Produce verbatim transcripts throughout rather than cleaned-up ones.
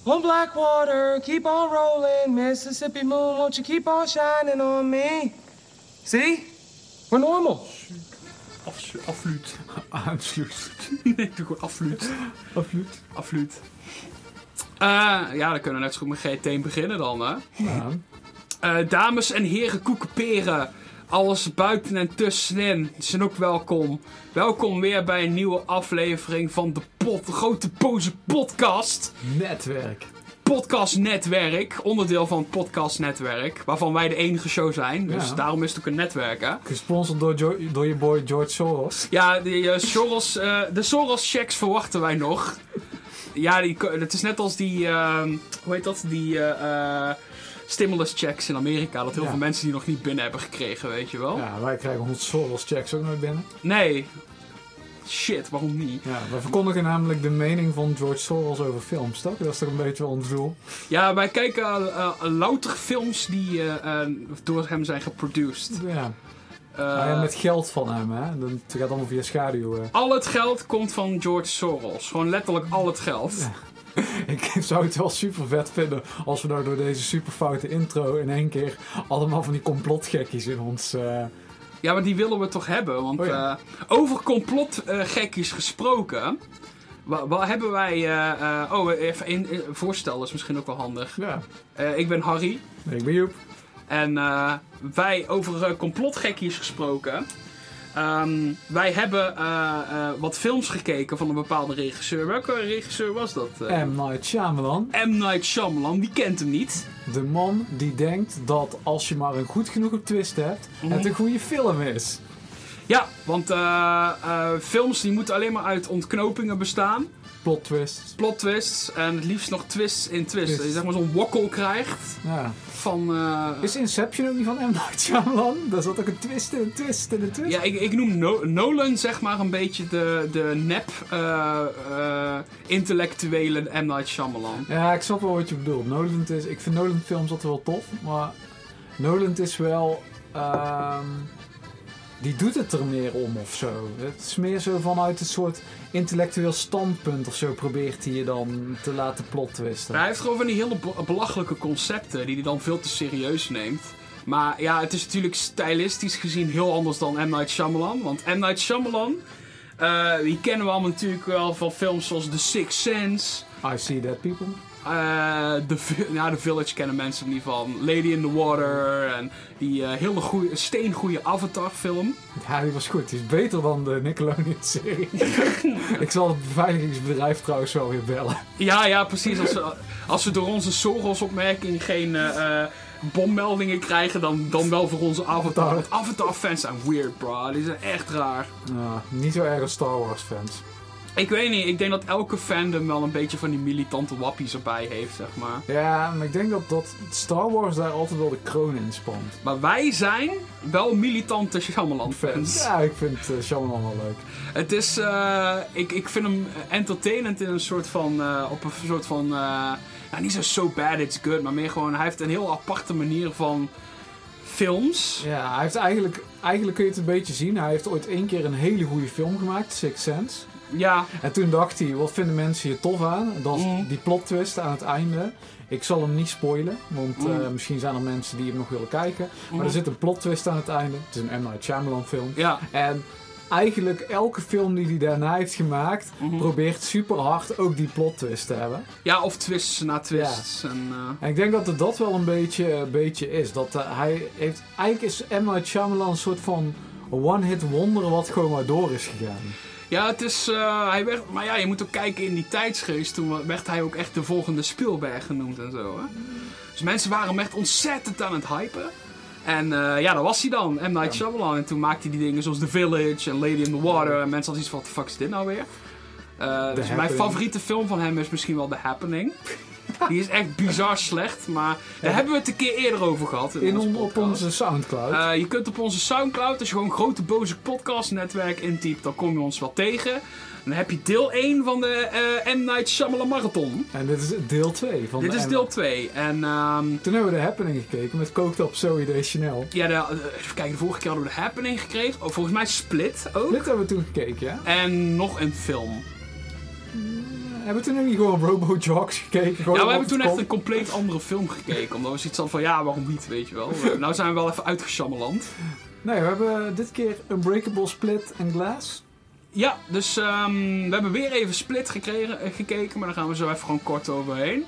On Blackwater, keep on rolling. Mississippi moon, won't you keep on shining on me? See? We're normal. Af, afluut. Aansluit. Nee, doe gewoon afluut. Afluut. Afluut. Uh, ja, dan kunnen we net zo goed met G T een beginnen dan, hè. Ja. Uh, dames en heren, koekenperen. Alles buiten en tussenin zijn ook welkom. Welkom weer bij een nieuwe aflevering van de, pot, de grote boze podcast. Netwerk. Podcastnetwerk. Onderdeel van het podcastnetwerk. Waarvan wij de enige show zijn. Dus Ja. daarom is het ook een netwerk, hè. Gesponsord door, jo- door je boy George Soros. Ja, die, uh, Soros, uh, de Soros-checks verwachten wij nog. Ja, die, het is net als die... Uh, hoe heet dat? Die... Uh, uh, stimulus checks in Amerika. Dat heel Ja. veel mensen die nog niet binnen hebben gekregen, weet je wel. Ja, wij krijgen onze Soros checks ook nooit binnen. Nee. Shit, waarom niet? Ja, we verkondigen namelijk de mening van George Soros over films, toch? Dat is toch een beetje ons doel? Ja, wij kijken uh, uh, louter films die uh, uh, door hem zijn geproduced. Ja. Uh, Ah, ja, met geld van hem, hè? Dan- Het gaat allemaal via schaduw. eh. Al het geld komt van George Soros. Gewoon letterlijk al het geld. Ja. Ik zou het wel super vet vinden als we nou door deze super foute intro in één keer allemaal van die complotgekkies in ons... eh, Ja, maar die willen we toch hebben. Want Oh ja. uh, over complotgekkies gesproken... Waar, waar hebben wij... Uh, uh, oh, even in, in, voorstellen is misschien ook wel handig. Ja, Uh, ik ben Harry. ik ben Joep. En uh, wij, over uh, complotgekkies gesproken... Um, wij hebben uh, uh, wat films gekeken van een bepaalde regisseur. Welke regisseur was dat? Uh, M. Night Shyamalan. M. Night Shyamalan, wie kent hem niet? De man die denkt dat als je maar een goed genoeg twist hebt, Mhm. het een goede film is. Ja, want uh, uh, films die moeten alleen maar uit ontknopingen bestaan. Plot twist. Plot twists en het liefst nog twists in twists. Twist. Dat je zeg maar zo'n wokkel krijgt Ja. van... Uh, Is Inception ook niet van M. Night Shyamalan? Daar zat ook een twist in een twist in een twist. ja, ik, ik noem no- Nolan zeg maar een beetje de, de nep uh, uh, intellectuele M. Night Shyamalan. Ja, ik snap wel wat je bedoelt. Nolan is, ik vind Nolan films altijd wel tof, maar Nolan is wel... ehm, die doet het er meer om of zo. Het is meer zo vanuit een soort intellectueel standpunt of zo probeert hij je dan te laten plot twisten. Hij heeft gewoon van die hele be- belachelijke concepten die hij dan veel te serieus neemt. Maar ja, het is natuurlijk stylistisch gezien heel anders dan M. Night Shyamalan. Want M. Night Shyamalan, uh, die kennen we allemaal natuurlijk wel van films zoals The Sixth Sense. I See That People. Uh, The, Vi- ja, The Village kennen mensen hem niet van. Lady in the Water en die uh, hele goeie, steengoeie Avatar film. Ja, die was goed. Die is beter dan de Nickelodeon-serie. Ik zal het beveiligingsbedrijf trouwens wel weer bellen. Ja, ja, precies. Als we, als we door onze Soros-opmerking geen uh, uh, bommeldingen krijgen, dan, dan wel voor onze Avatar. Want Avatar-fans zijn weird, bro. Die zijn echt raar. Ja, niet zo erg als Star Wars fans. Ik weet niet, ik denk dat elke fandom wel een beetje van die militante wappies erbij heeft, zeg maar. Ja, maar ik denk dat, dat Star Wars daar altijd wel de kroon in spant. Maar wij zijn wel militante Shyamalan-fans. Ja, ik vind uh, Shyamalan wel leuk. Het is, uh, ik, ik vind hem entertainend in een soort van, uh, op een soort van, uh, nou niet zo so bad it's good, maar meer gewoon, hij heeft een heel aparte manier van films. Ja, hij heeft eigenlijk, eigenlijk kun je het een beetje zien. Hij heeft ooit één keer een hele goede film gemaakt, Sixth Sense. Ja, En toen dacht hij, wat vinden mensen hier tof aan? Dat is Mm. die plot twist aan het einde. Ik zal hem niet spoilen, want Mm. uh, misschien zijn er mensen die hem nog willen kijken. Maar Mm. er zit een plot twist aan het einde. Het is een M. Night Shyamalan film. ja. En eigenlijk elke film die hij daarna heeft gemaakt, Mhm. probeert super hard ook die plot twist te hebben. Ja, of twists na twists. En, uh, En ik denk dat het dat wel een beetje, een beetje is. Dat uh, hij heeft, eigenlijk is M. Night Shyamalan een soort van one-hit wonder wat gewoon maar door is gegaan. ja, het is, uh, hij werd, maar ja, je moet ook kijken in die tijdsgeest. Toen werd hij ook echt de volgende Spielberg genoemd en zo, hè. Dus mensen waren hem echt ontzettend aan het hypen. En uh, ja, dat was hij dan, M. Night Shyamalan. En toen maakte hij dingen zoals The Village en Lady in the Water. En mensen hadden iets van, wat de fuck is dit nou weer? Uh, dus mijn favoriete film van hem is misschien wel The Happening. Die is echt bizar slecht, maar daar hebben we het een keer eerder over gehad. In, In onze on, op podcast. onze Soundcloud. Uh, je kunt op onze Soundcloud, als je gewoon Grote Boze Podcast Netwerk intypt, dan kom je ons wel tegen. Dan heb je deel één van de uh, M. Night Shyamalan Marathon. En dit is deel twee van Dit de is M- deel twee. En um, Toen hebben we de Happening gekeken met Coked Up Zoe Deschanel. ja, de, uh, even kijken, de vorige keer hadden we de Happening gekregen. Oh, volgens mij Split ook. Dit hebben we toen gekeken, ja? En nog een film. Hebben we toen nog niet gewoon Robo-Jocks gekeken? Gewoon Ja, we op hebben toen de echt kop? een compleet andere film gekeken. Omdat we zoiets hadden van, ja, waarom niet, weet je wel. Nou zijn we wel even uitgeshammeland. Nee, we hebben dit keer Unbreakable, Split en Glass. Ja, dus um, we hebben weer even Split gekregen, eh, gekeken. Maar daar gaan we zo even gewoon kort overheen.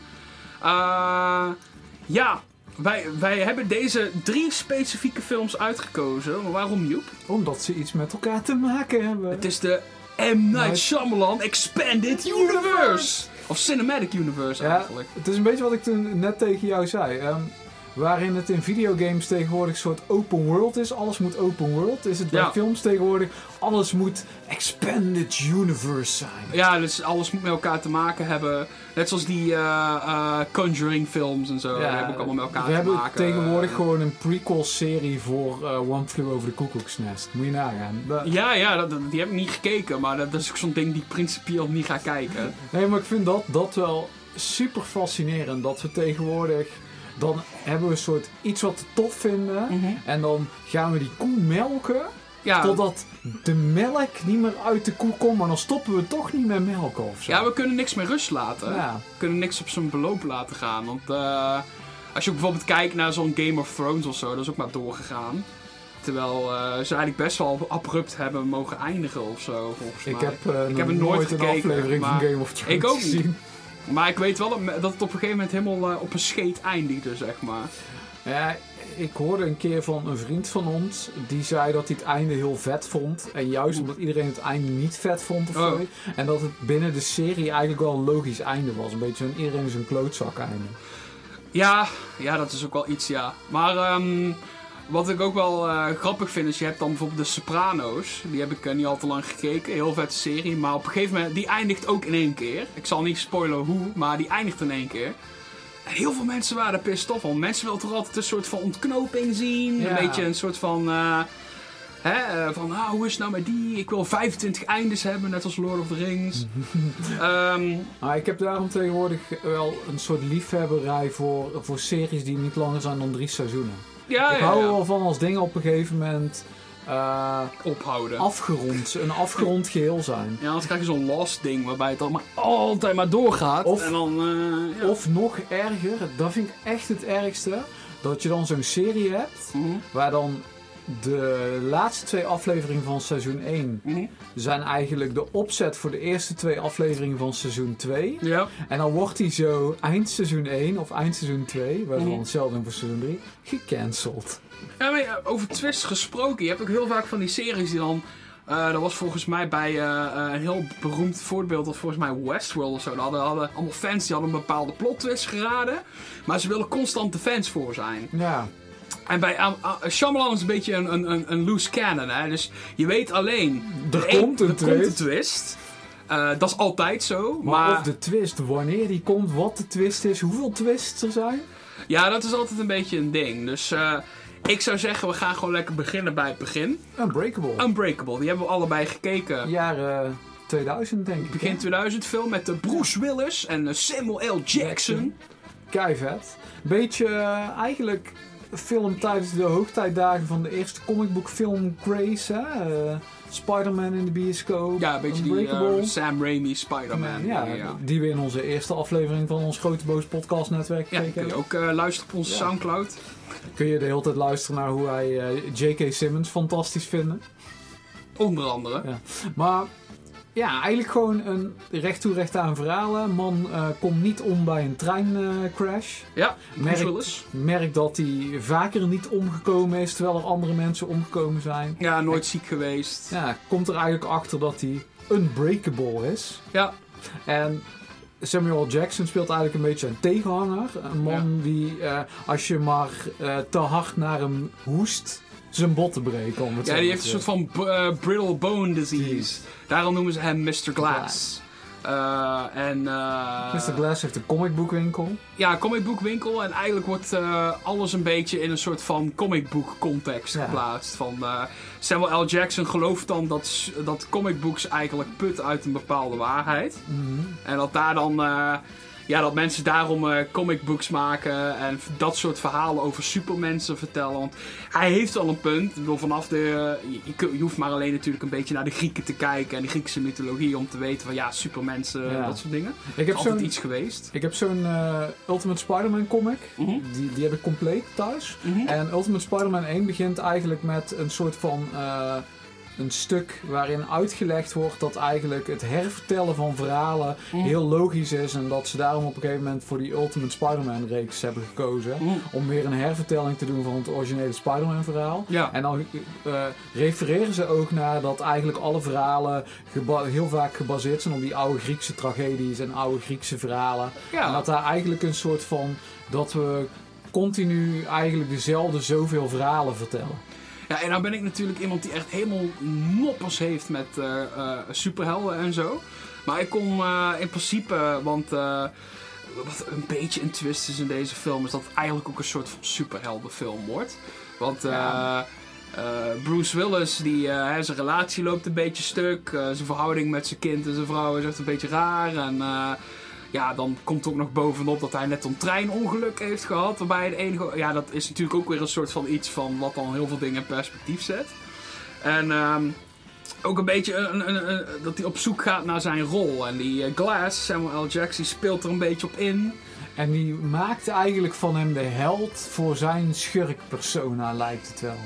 Uh, ja, wij, wij hebben deze drie specifieke films uitgekozen. Maar waarom, Joep? Omdat ze iets met elkaar te maken hebben. Het is de M. Night Shyamalan Expanded Universe. Of Cinematic Universe Ja, eigenlijk. het is een beetje wat ik toen net tegen jou zei. Um, waarin het in videogames tegenwoordig een soort open world is. Alles moet open world. Is het bij Ja. films tegenwoordig. Alles moet Expanded Universe zijn. Ja, dus alles moet met elkaar te maken hebben. Net zoals die uh, uh, Conjuring films en zo. die hebben ook allemaal met elkaar we te hebben maken. tegenwoordig gewoon een prequel-serie voor uh, One Flew Over the Cuckoo's Nest. Moet je nagaan. Dat- Ja, ja, dat, dat- die heb ik niet gekeken. Maar dat, dat is ook zo'n ding die ik principieel niet ga kijken. Nee, maar ik vind dat, dat wel super fascinerend. Dat we tegenwoordig... Dan hebben we een soort iets wat we tof vinden. Mhm. En dan gaan we die koe melken. Ja, Totdat de melk niet meer uit de koe komt. Maar dan stoppen we toch niet met melken of zo. ja, we kunnen niks meer rust laten. Ja. We kunnen niks op zijn beloop laten gaan. Want uh, als je ook bijvoorbeeld kijkt naar zo'n Game of Thrones of zo, dat is ook maar doorgegaan. Terwijl uh, ze eigenlijk best wel abrupt hebben mogen eindigen of zo, volgens mij. Ik heb, uh, Ik nog heb het nooit een gekeken, aflevering maar van Game of Thrones ik ook niet. gezien. Maar ik weet wel dat, dat het op een gegeven moment helemaal uh, op een scheet eindigde, zeg maar. Ja, ik hoorde een keer van een vriend van ons. Die zei dat hij het einde heel vet vond. En juist omdat iedereen het einde niet vet vond of zo. Oh. En dat het binnen de serie eigenlijk wel een logisch einde was. Een beetje zo'n iedereen is een klootzak einde. Ja, ja, dat is ook wel iets, ja. Maar um, wat ik ook wel uh, grappig vind is, je hebt dan bijvoorbeeld de Soprano's. Die heb ik uh, niet al te lang gekeken. Heel vette serie. Maar op een gegeven moment, die eindigt ook in één keer. Ik zal niet spoilen hoe, maar die eindigt in één keer. En heel veel mensen waren er pissed off van. Mensen willen toch altijd een soort van ontknoping zien. Ja. Een beetje een soort van... Uh, Hè, uh, van, ah, hoe is het nou met die? Ik wil vijfentwintig eindes hebben, net als Lord of the Rings. um, Maar ik heb daarom tegenwoordig wel een soort liefhebberij voor, voor series die niet langer zijn dan drie seizoenen. ja, ik ja, hou er ja. wel van als dingen op een gegeven moment uh, Ophouden. afgerond, een afgerond geheel zijn. Ja, anders krijg je zo'n Lost ding waarbij het dan maar altijd maar doorgaat. Of- en dan, uh, ja. Of nog erger, dat vind ik echt het ergste, dat je dan zo'n serie hebt Mhm, waar dan de laatste twee afleveringen van seizoen één mhm. zijn eigenlijk de opzet voor de eerste twee afleveringen van seizoen twee. Ja. En dan wordt die zo eind seizoen één of eind seizoen twee, waar ze Mhm. dan hetzelfde doen voor seizoen drie, gecanceld. Ja, maar ja, over twists gesproken. Je hebt ook heel vaak van die series die dan... Uh, dat was volgens mij bij uh, uh, een heel beroemd voorbeeld, dat volgens mij Westworld of zo. Daar hadden, hadden allemaal fans die hadden een bepaalde plot twist geraden. Maar ze willen constant de fans voor zijn. Ja, En bij uh, uh, Shyamalan is een beetje een, een, een, een loose cannon, hè. Dus je weet alleen... er één- komt een er twist. komt een twist. Uh, dat is altijd zo. Maar, Maar, of de twist, wanneer die komt, wat de twist is, hoeveel twists er zijn. ja, dat is altijd een beetje een ding. Dus uh, ik zou zeggen, we gaan gewoon lekker beginnen bij het begin. Unbreakable. Unbreakable, die hebben we allebei gekeken. Jaren tweeduizend denk ik. Begin tweeduizend film met de Bruce Willis en uh, Samuel L. Jackson. Keivet. Beetje uh, eigenlijk een film tijdens de hoogtijdagen van de eerste comicboekfilm craze. Hè? Uh, Spider-Man in de bioscoop. Ja, een beetje die Unbreakable. uh, Sam Raimi Spider-Man. Ja, dingen, ja. die we in onze eerste aflevering van ons Grote Boos podcastnetwerk Ja, gekeken kun je hebben. ook uh, luisteren op onze Ja. Soundcloud. Kun je de hele tijd luisteren naar hoe wij uh, J K. Simmons fantastisch vinden. Onder andere. Ja. Maar ja, eigenlijk gewoon een recht toe recht aan verhaal. Een man uh, komt niet om bij een treincrash. Ja, Bruce Merk- Willis. Merkt dat hij vaker niet omgekomen is terwijl er andere mensen omgekomen zijn. Ja, nooit ziek geweest. Ja, komt er eigenlijk achter dat hij unbreakable is. Ja, En Samuel Jackson speelt eigenlijk een beetje een tegenhanger. Een man die, uh, als je maar uh, te hard naar hem hoest, zijn botten breken. Om het ja zo die maar heeft te een soort van b- uh, brittle bone disease. Disease. Daarom noemen ze hem mister Glass. Uh, en, uh, mister Glass heeft een comicboekwinkel. Ja, comicboekwinkel. En eigenlijk wordt uh, alles een beetje in een soort van comicboek context Ja. geplaatst. Van, uh, Samuel L. Jackson gelooft dan dat, dat comicbooks eigenlijk putten uit een bepaalde waarheid. Mhm. En dat daar dan... Uh, ja, dat mensen daarom uh, comicbooks maken en dat soort verhalen over supermensen vertellen. Want hij heeft wel een punt. Ik bedoel, vanaf de, uh, je, je hoeft maar alleen natuurlijk een beetje naar de Grieken te kijken en de Griekse mythologie om te weten van ja, supermensen, ja. dat soort dingen. Ik heb altijd zo'n, iets geweest. Ik heb zo'n uh, Ultimate Spider-Man comic. Mm-hmm. Die, die heb ik compleet thuis. Mm-hmm. En Ultimate Spider-Man één begint eigenlijk met een soort van... Uh, een stuk waarin uitgelegd wordt dat eigenlijk het hervertellen van verhalen mm. heel logisch is. En dat ze daarom op een gegeven moment voor die Ultimate Spider-Man reeks hebben gekozen. Mm. Om weer een hervertelling te doen van het originele Spider-Man verhaal. Ja. En dan uh, refereren ze ook naar dat eigenlijk alle verhalen geba- heel vaak gebaseerd zijn op die oude Griekse tragedies en oude Griekse verhalen. Ja. En dat daar eigenlijk een soort van... dat we continu eigenlijk dezelfde zoveel verhalen vertellen. Ja, en nou ben ik natuurlijk iemand die echt helemaal noppers heeft met uh, uh, superhelden en zo. Maar ik kom uh, in principe, want uh, wat een beetje een twist is in deze film, is dat het eigenlijk ook een soort van superheldenfilm wordt. Want uh, ja. uh, Bruce Willis, die, uh, zijn relatie loopt een beetje stuk. Uh, zijn verhouding met zijn kind en zijn vrouw is echt een beetje raar. En... Uh, Ja, dan komt ook nog bovenop dat hij net een treinongeluk heeft gehad. Waarbij het enige... Ja, dat is natuurlijk ook weer een soort van iets van wat dan heel veel dingen in perspectief zet. En um, ook een beetje een, een, een, dat hij op zoek gaat naar zijn rol. En die uh, Glass, Samuel L. Jackson, speelt er een beetje op in. En die maakt eigenlijk van hem de held voor zijn schurkpersona, lijkt het wel.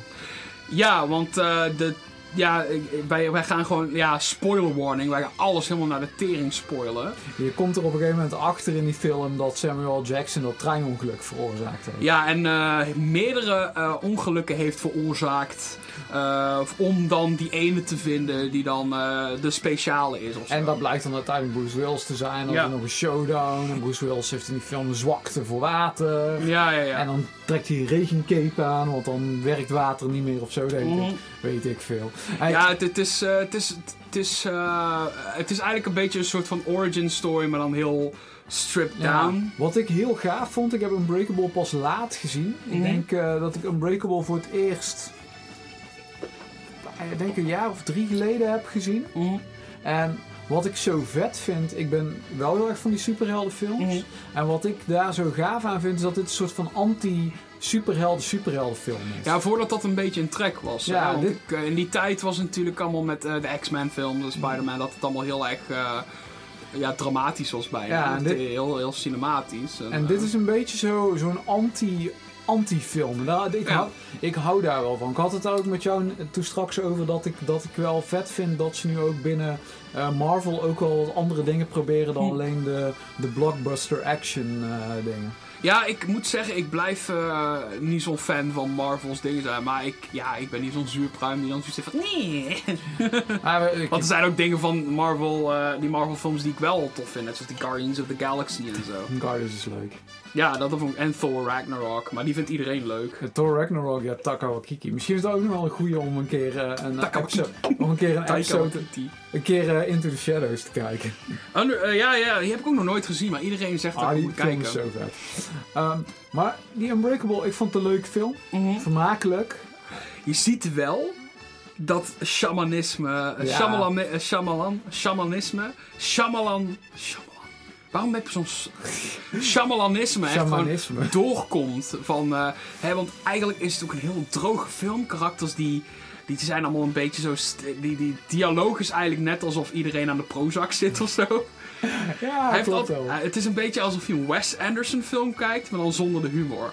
Ja, want uh, de... Ja, wij, wij gaan gewoon, ja, spoiler warning. Wij gaan alles helemaal naar de tering spoilen. Je komt er op een gegeven moment achter in die film dat Samuel Jackson dat treinongeluk veroorzaakt heeft. Ja, en uh, meerdere uh, ongelukken heeft veroorzaakt. Uh, om dan die ene te vinden die dan uh, de speciale is. Of zo. En dat blijkt dan uiteindelijk Bruce Willis te zijn. Dan ja. is er nog een showdown. En Bruce Willis heeft in die film een zwakte voor water. Ja, ja, ja. En dan trekt hij een regencape aan, want dan werkt water niet meer of zo, denk ik. Mm. Weet ik veel. Hij... Ja, het, het, is, uh, het, is, het, is, uh, het is eigenlijk een beetje een soort van origin story, maar dan heel stripped down. Ja, wat ik heel gaaf vond, ik heb Unbreakable pas laat gezien. Mm. Ik denk uh, dat ik Unbreakable voor het eerst... ik denk een jaar of drie geleden heb gezien. Mm. En wat ik zo vet vind, ik ben wel heel erg van die superheldenfilms. Mm. En wat ik daar zo gaaf aan vind, is dat dit een soort van anti-superhelden superheldenfilm is. Ja, voordat dat een beetje een trek was. Ja, hè? Want dit... ik, uh, in die tijd was het natuurlijk allemaal met uh, de X-Men films, de Spider-Man, dat het allemaal heel erg uh, ja, dramatisch was bijna. Ja, dit... heel, heel cinematisch. En, en uh... dit is een beetje zo, zo'n anti... anti-film. Nou, ik, ja. hou, ik hou daar wel van. Ik had het daar ook met jou toen straks over dat ik, dat ik wel vet vind dat ze nu ook binnen uh, Marvel ook wel wat andere dingen proberen dan hm. alleen de, de blockbuster action uh, dingen. Ja, ik moet zeggen, ik blijf uh, niet zo'n fan van Marvel's dingen zijn. Maar ik, ja, ik ben niet zo'n zuurpruim die dan zoiets heeft van nee. ah, ik, Want er zijn ook dingen van Marvel, uh, die Marvel films die ik wel tof vind. Net zoals die Guardians of the Galaxy en zo. Guardians is leuk. Ja, dat vond ik. En Thor Ragnarok, maar die vindt iedereen leuk. Ja, Thor Ragnarok, ja, Taika Waititi. Misschien is dat ook nog wel een goeie om een keer uh, een episode, om een keer een episode, een keer uh, Into the Shadows te kijken. Under, uh, ja, ja, die heb ik ook nog nooit gezien, maar iedereen zegt dat ah, ik moet kijken. Die film is zo vet. Um, maar die Unbreakable, ik vond het een leuke film. Mm-hmm. Vermakelijk. Je ziet wel dat shamanisme, ja. Shyamalan, Shyamalan, shamanisme, Shyamalan, Shyamalan. Waarom heb je zo'n shamalanisme echt gewoon doorkomt van, uh, hè, want eigenlijk is het ook een heel droge film. Karakters die, die zijn allemaal een beetje zo, st- die, die dialoog is eigenlijk net alsof iedereen aan de Prozac zit of zo. Ja, Hij klopt heeft al, uh, het is een beetje alsof je een Wes Anderson film kijkt, maar dan zonder de humor.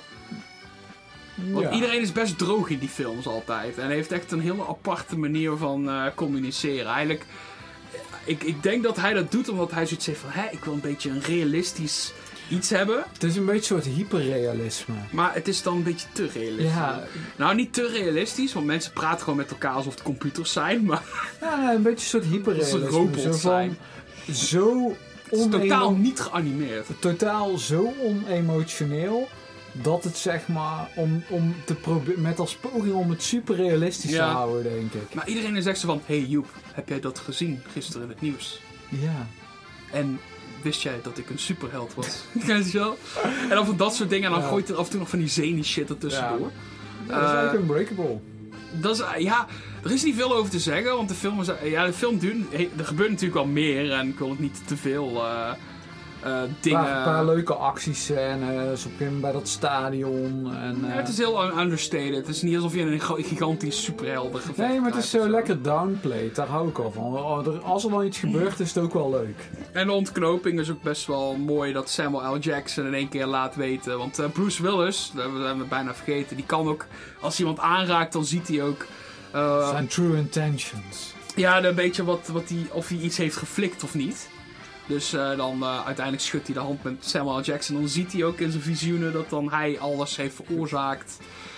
Want ja. Iedereen is best droog in die films altijd. En heeft echt een hele aparte manier van uh, communiceren. Eigenlijk... Ik, ik denk dat hij dat doet omdat hij zoiets heeft van... Hé, ik wil een beetje een realistisch iets hebben. Het is een beetje een soort hyperrealisme. Maar het is dan een beetje te realistisch. Ja. Nou, niet te realistisch, want mensen praten gewoon met elkaar alsof het computers zijn. Maar ja, een beetje een soort hyperrealisme. Alsof het robots zo zijn. Zo het is totaal niet geanimeerd. Totaal zo onemotioneel... dat het zeg maar, om, om te probe- met als poging om het super realistisch ja. te houden, denk ik. Maar iedereen zegt zo van, hey Joep, heb jij dat gezien gisteren in het nieuws? Ja. En wist jij dat ik een superheld was? Ken je wel? En dan van dat soort dingen, en dan ja. gooit er af en toe nog van die zany shit ertussendoor. Ja. Ja, dat is eigenlijk uh, Unbreakable. Dat is, ja, er is niet veel over te zeggen, want de film is, ja, de film duurt, er gebeurt natuurlijk wel meer en ik wil het niet te veel... Uh, uh, Een dingen. paar, paar leuke actiescènes, op een gegeven moment bij dat stadion. En, Ja, uh, het is heel un- understated. Het is niet alsof je in een gi- gigantisch superhelden gevecht nee, maar het is zo krijgt of lekker downplayed, daar hou ik al van. Oh, er- Als er dan iets gebeurt, is het ook wel leuk. En de ontknoping is ook best wel mooi dat Samuel L. Jackson in één keer laat weten. Want uh, Bruce Willis, dat hebben we bijna vergeten, die kan ook, als iemand aanraakt, dan ziet hij ook... Uh, Zijn true intentions. Ja, een beetje wat, wat hij, of hij iets heeft geflikt of niet. Dus uh, dan uh, uiteindelijk schudt hij de hand met Samuel L. Jackson. Dan ziet hij ook in zijn visioenen dat dan hij alles heeft veroorzaakt.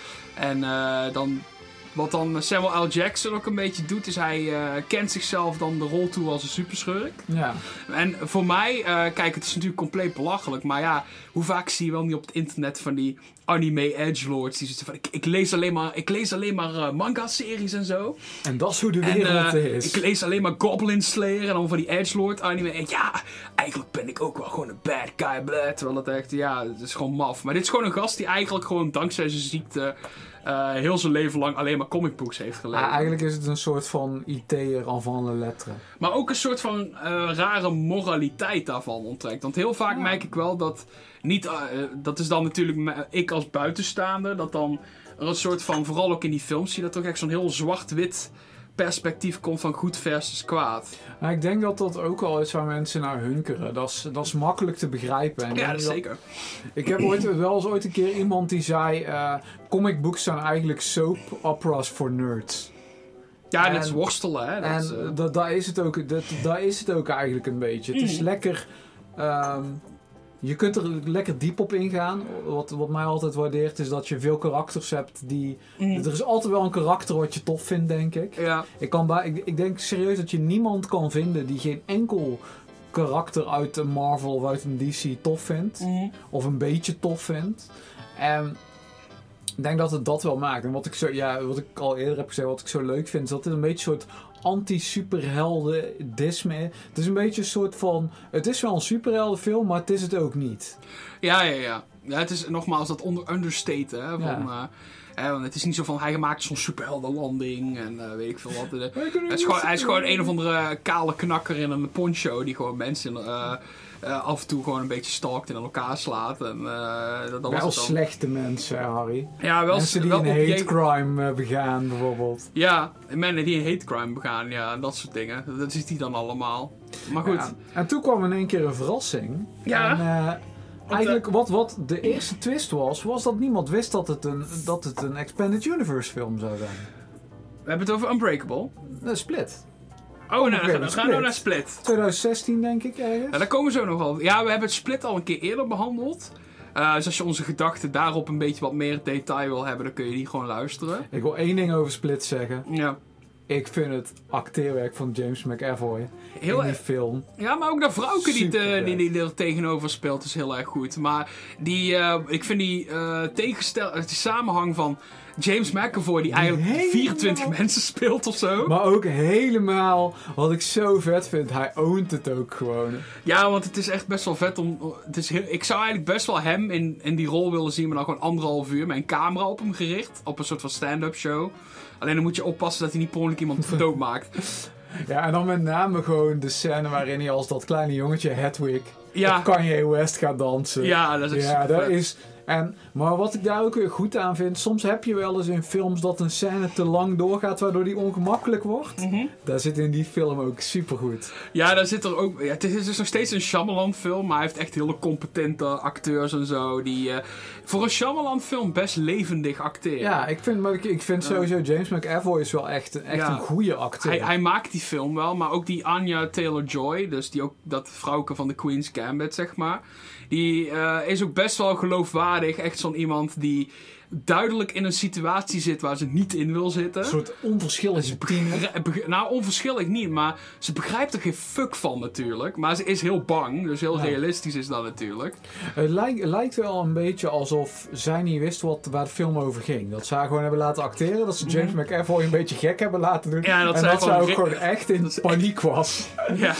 En uh, dan, wat dan Samuel L. Jackson ook een beetje doet, is hij uh, kent zichzelf dan de rol toe als een superschurk. Ja. En voor mij, uh, kijk, het is natuurlijk compleet belachelijk. Maar ja, hoe vaak zie je wel niet op het internet van die anime edgelords die zitten van, ik, ik lees alleen maar, ik lees alleen maar uh, manga-series en zo. En dat is hoe de En, wereld uh, is. ik lees alleen maar Goblin Slayer en dan van die edgelord anime. En ja, eigenlijk ben ik ook wel gewoon een bad guy, blah. Terwijl het echt, ja, het is gewoon maf. Maar dit is gewoon een gast die eigenlijk gewoon dankzij zijn ziekte uh, heel zijn leven lang alleen maar comicbooks heeft gelezen. Ah, eigenlijk is het een soort van I T'er avant le lettre. Maar ook een soort van uh, rare moraliteit daarvan onttrekt. Want heel vaak Ja. merk ik wel dat niet, uh, dat is dan natuurlijk me- ik als buitenstaander, dat dan er een soort van, vooral ook in die films, zie je dat toch echt zo'n heel zwart-wit perspectief komt van goed versus kwaad. Nou, ik denk dat dat ook al is waar mensen naar hunkeren. Dat is, dat is makkelijk te begrijpen. En ik Ja, denk dat is zeker. Ik heb ooit, wel eens ooit een keer iemand die zei... Uh, comic books zijn eigenlijk soap operas voor nerds. Ja, En- dat is worstelen, hè. Dat En is, uh, dat, daar, is het ook, dat, daar is het ook eigenlijk een beetje. Het is Mm. lekker... ehm, je kunt er lekker diep op ingaan. Wat, wat mij altijd waardeert is dat je veel karakters hebt die... mm, Er is altijd wel een karakter wat je tof vindt, denk ik. ja. Ik, kan bij, ik, ik denk serieus dat je niemand kan vinden die geen enkel karakter uit een Marvel of uit een D C tof vindt. Mm. Of een beetje tof vindt. En ik denk dat het dat wel maakt. En wat ik, zo, ja, wat ik al eerder heb gezegd, wat ik zo leuk vind, is dat het een beetje een soort anti-superhelden-disme. Het is een beetje een soort van... Het is wel een superheldenfilm, maar het is het ook niet. Ja, ja, ja. Ja, het is nogmaals dat onder understaten, hè. Van, Ja. uh, hè, want het is niet zo van, hij maakt zo'n superheldenlanding en uh, weet ik veel wat. Uh, hij, is gewoon, hij is gewoon een of andere kale knakker in een poncho die gewoon mensen uh, uh, af en toe gewoon een beetje stalkt en aan elkaar slaat. En, uh, dat, dat was Wel het dan. slechte mensen, Harry. Ja, wel, Mensen die wel een op hate je- crime uh, begaan, bijvoorbeeld. Ja, mannen die een hate crime begaan, ja, en dat soort dingen. Dat ziet hij dan allemaal. Maar goed. Ja. En toen kwam in één keer een verrassing. Ja. En, uh, eigenlijk wat, wat de eerste twist was, was dat niemand wist dat het een, dat het een Expanded Universe film zou zijn. We hebben het over Unbreakable. Een Split. Oh, nee, oké, dan gaan we Split. nou naar Split. twintig zestien denk ik ergens. Ja, daar komen we zo nog wel. Ja, we hebben het Split al een keer eerder behandeld. Uh, dus als je onze gedachten daarop een beetje wat meer detail wil hebben, dan kun je die gewoon luisteren. Ik wil één ding over Split zeggen. Ja, Ik vind het acteerwerk van James McAvoy heel in die erg. film. Ja, maar ook dat vrouwke die, te- Supervet. die, die er tegenover speelt is heel erg goed. Maar die, uh, ik vind die uh, tegenstel, die samenhang van James McAvoy, die eigenlijk helemaal- vierentwintig mensen speelt of zo. Maar ook helemaal, wat ik zo vet vind, hij ownt het ook gewoon. Ja, want het is echt best wel vet om... Het is heel, ik zou eigenlijk best wel hem in, in die rol willen zien, maar dan gewoon anderhalf uur met een camera op hem gericht. Op een soort van stand-up show. Alleen dan moet je oppassen dat hij niet per ongeluk iemand doodmaakt. Ja, en dan met name gewoon de scène waarin hij als dat kleine jongetje Hedwig Ja. op Kanye West gaat dansen. Ja, dat is echt Ja, super dat vet. is... En, maar wat ik daar ook weer goed aan vind, soms heb je wel eens in films dat een scène te lang doorgaat waardoor die ongemakkelijk wordt. Mhm. Dat zit in die film ook supergoed. Ja, daar zit er ook... Ja, het is dus nog steeds een Shyamalan film, maar hij heeft echt hele competente acteurs en zo. Die uh, voor een Shyamalan film best levendig acteren. Ja, ik vind, maar ik, ik vind sowieso James McAvoy is wel echt, echt Ja. een goede acteur. Hij, hij maakt die film wel, maar ook die Anya Taylor-Joy, dus die ook dat vrouwke van de Queen's Gambit, zeg maar. Die uh, is ook best wel geloofwaardig. Echt zo'n iemand die duidelijk in een situatie zit waar ze niet in wil zitten. Een soort onverschillige tiener. Begri- beg- Nou, onverschillig niet, maar ze begrijpt er geen fuck van natuurlijk. Maar ze is heel bang, dus heel Ja. realistisch is dat natuurlijk. Het lijkt, het lijkt wel een beetje alsof zij niet wist wat, waar de film over ging. Dat ze haar gewoon hebben laten acteren. Dat ze James Mhm. McAvoy een beetje gek hebben laten doen. Ja, dat en zij dat ze gewoon ook re- gewoon echt in dat is paniek was. Ja,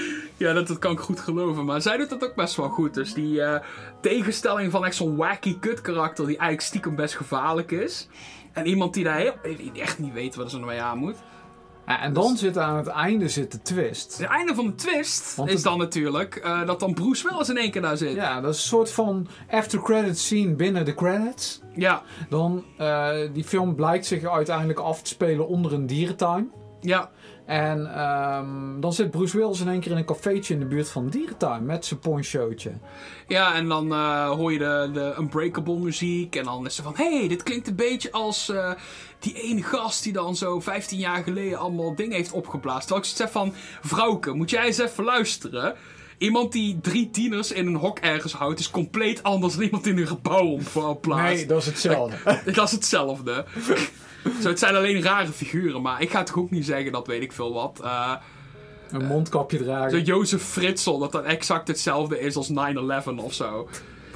ja dat, dat kan ik goed geloven. Maar zij doet dat ook best wel goed. Dus die uh, tegenstelling van echt zo'n wacky kut karakter die eigenlijk stiekem best gevaarlijk is. En iemand die daar heel, die echt niet weet wat ze ermee aan moet. Ja, en dan zit aan het einde zit de twist. Het einde van de twist Want is het- dan natuurlijk uh, dat dan Bruce Willis in één keer daar zit. Ja, dat is een soort van after credits scene binnen de credits. Ja, Dan, uh, die film blijkt zich uiteindelijk af te spelen onder een dierentuin. ja. En um, dan zit Bruce Willis in één keer in een cafeetje in de buurt van de dierentuin met zijn ponchootje. Ja, en dan uh, hoor je de, de Unbreakable muziek. En dan is ze van, hé, hey, dit klinkt een beetje als uh, die ene gast die dan zo vijftien jaar geleden allemaal dingen heeft opgeblazen. Terwijl ik zeg van, vrouwke, moet jij eens even luisteren. Iemand die drie tieners in een hok ergens houdt is compleet anders dan iemand die in een gebouw opblaast. Nee, dat is hetzelfde. Dat is hetzelfde. Zo, het zijn alleen rare figuren, maar ik ga toch ook niet zeggen dat weet ik veel wat. Uh, Een mondkapje dragen. Zo Jozef Fritzl, dat dat exact hetzelfde is als nine eleven of zo.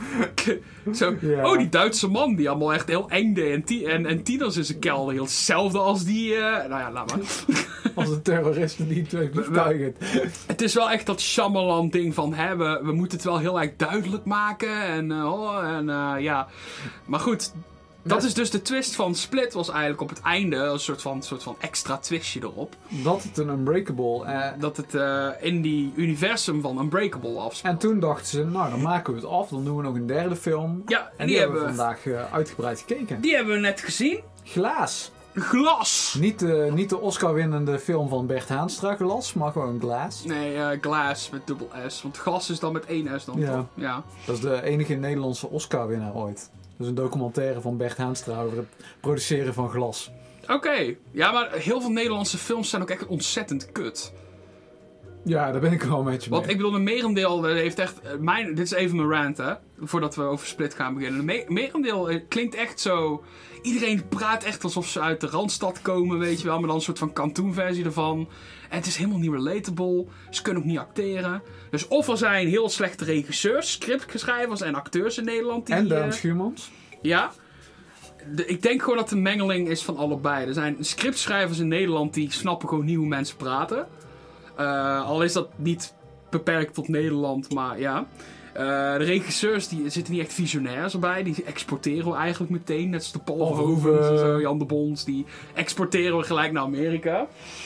Zo, Ja. Oh, die Duitse man die allemaal echt heel eng deed en, ti- en, en tieners in zijn kelder. Heel hetzelfde als die... Uh, nou ja, laat maar. Als een terrorist die twee betuigend. Het is wel echt dat Shyamalan ding van, hè, we, we moeten het wel heel erg duidelijk maken. En, uh, oh, en uh, ja. Maar goed, dat is dus de twist van Split, was eigenlijk op het einde een soort van, soort van extra twistje erop. Dat het een Unbreakable. Uh, Dat het uh, in die universum van Unbreakable afspeelt. en toen dachten ze, nou dan maken we het af. Dan doen we nog een derde film. Ja, En die, die hebben we hebben, vandaag uh, uitgebreid gekeken. die hebben we net gezien. Glaas. Glas! Niet de, niet de Oscar-winnende film van Bert Haanstra, Glas, maar gewoon Glass. Nee, uh, Glass met dubbel S. Want glas is dan met één S dan, Ja. toch? Ja. Dat is de enige Nederlandse Oscar-winnaar ooit. Dat is een documentaire van Bert Haanstra over het produceren van glas. Oké. Okay. Ja, maar heel veel Nederlandse films zijn ook echt ontzettend kut. Ja, daar ben ik wel met je mee. Want ik bedoel, een merendeel uh, heeft echt... Uh, mijn, dit is even mijn rant, hè. Voordat we over Split gaan beginnen. Een me merendeel uh, klinkt echt zo... Iedereen praat echt alsof ze uit de Randstad komen, weet je wel. Maar dan een soort van cartoonversie ervan. En het is helemaal niet relatable. Ze kunnen ook niet acteren. Dus of er zijn heel slechte regisseurs, scriptschrijvers en acteurs in Nederland die... En Daan uh, Schuurmans. Ja. De, ik denk gewoon dat het een mengeling is van allebei. Er zijn scriptschrijvers in Nederland die snappen gewoon niet hoe mensen praten. Uh, al is dat niet beperkt tot Nederland, maar ja. Uh, de regisseurs, die zitten niet echt visionairs erbij. Die exporteren we eigenlijk meteen. Net als de Paul Paul Verhoeven Verhoeven. en zo, Jan de Bons. Die exporteren we gelijk naar Amerika.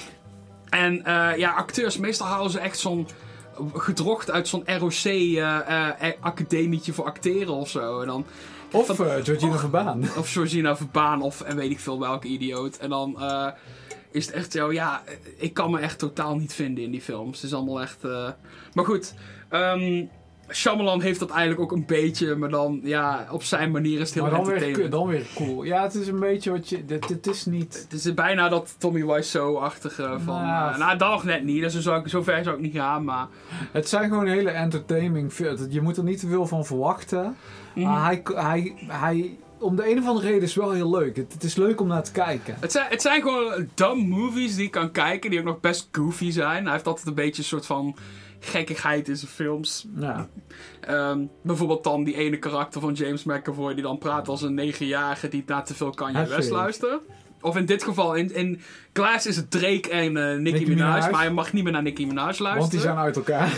En uh, ja, acteurs, meestal halen ze echt zo'n... gedrocht uit zo'n R O C uh, uh, academietje voor acteren of zo. En dan... Of van, uh, Georgina oh. Verbaan. Of Georgina Verbaan of en weet ik veel welke idioot. En dan uh, is het echt zo, ja, ik kan me echt totaal niet vinden in die films. Het is allemaal echt... Uh... Maar goed, um, Shyamalan heeft dat eigenlijk ook een beetje, maar dan, ja, op zijn manier is het heel maar dan entertainment. weer, dan weer cool. Ja, het is een beetje wat je... Dit, dit is niet... Het is bijna dat Tommy Wiseau-achtige van... Nou, Uh, nou, dat nog net niet. Dus zo, zou ik, zo ver zou ik niet gaan, maar... Het zijn gewoon hele entertaining films. Je moet er niet te veel van verwachten. Mm. Maar hij, hij, hij... Om de een of andere reden is het wel heel leuk. Het, het is leuk om naar te kijken. Het zijn, het zijn gewoon dumb movies die ik kan kijken, die ook nog best goofy zijn. Hij heeft altijd een beetje een soort van gekkigheid in zijn films. Ja. Um, bijvoorbeeld dan die ene karakter van James McAvoy die dan praat als een negenjarige die naar te veel Kanye Hij West vindt. luistert. Of in dit geval, in, in Glass is het Drake en uh, Nicki, Nicki Minaj, Minaj. maar je mag niet meer naar Nicki Minaj luisteren. Want die zijn uit elkaar.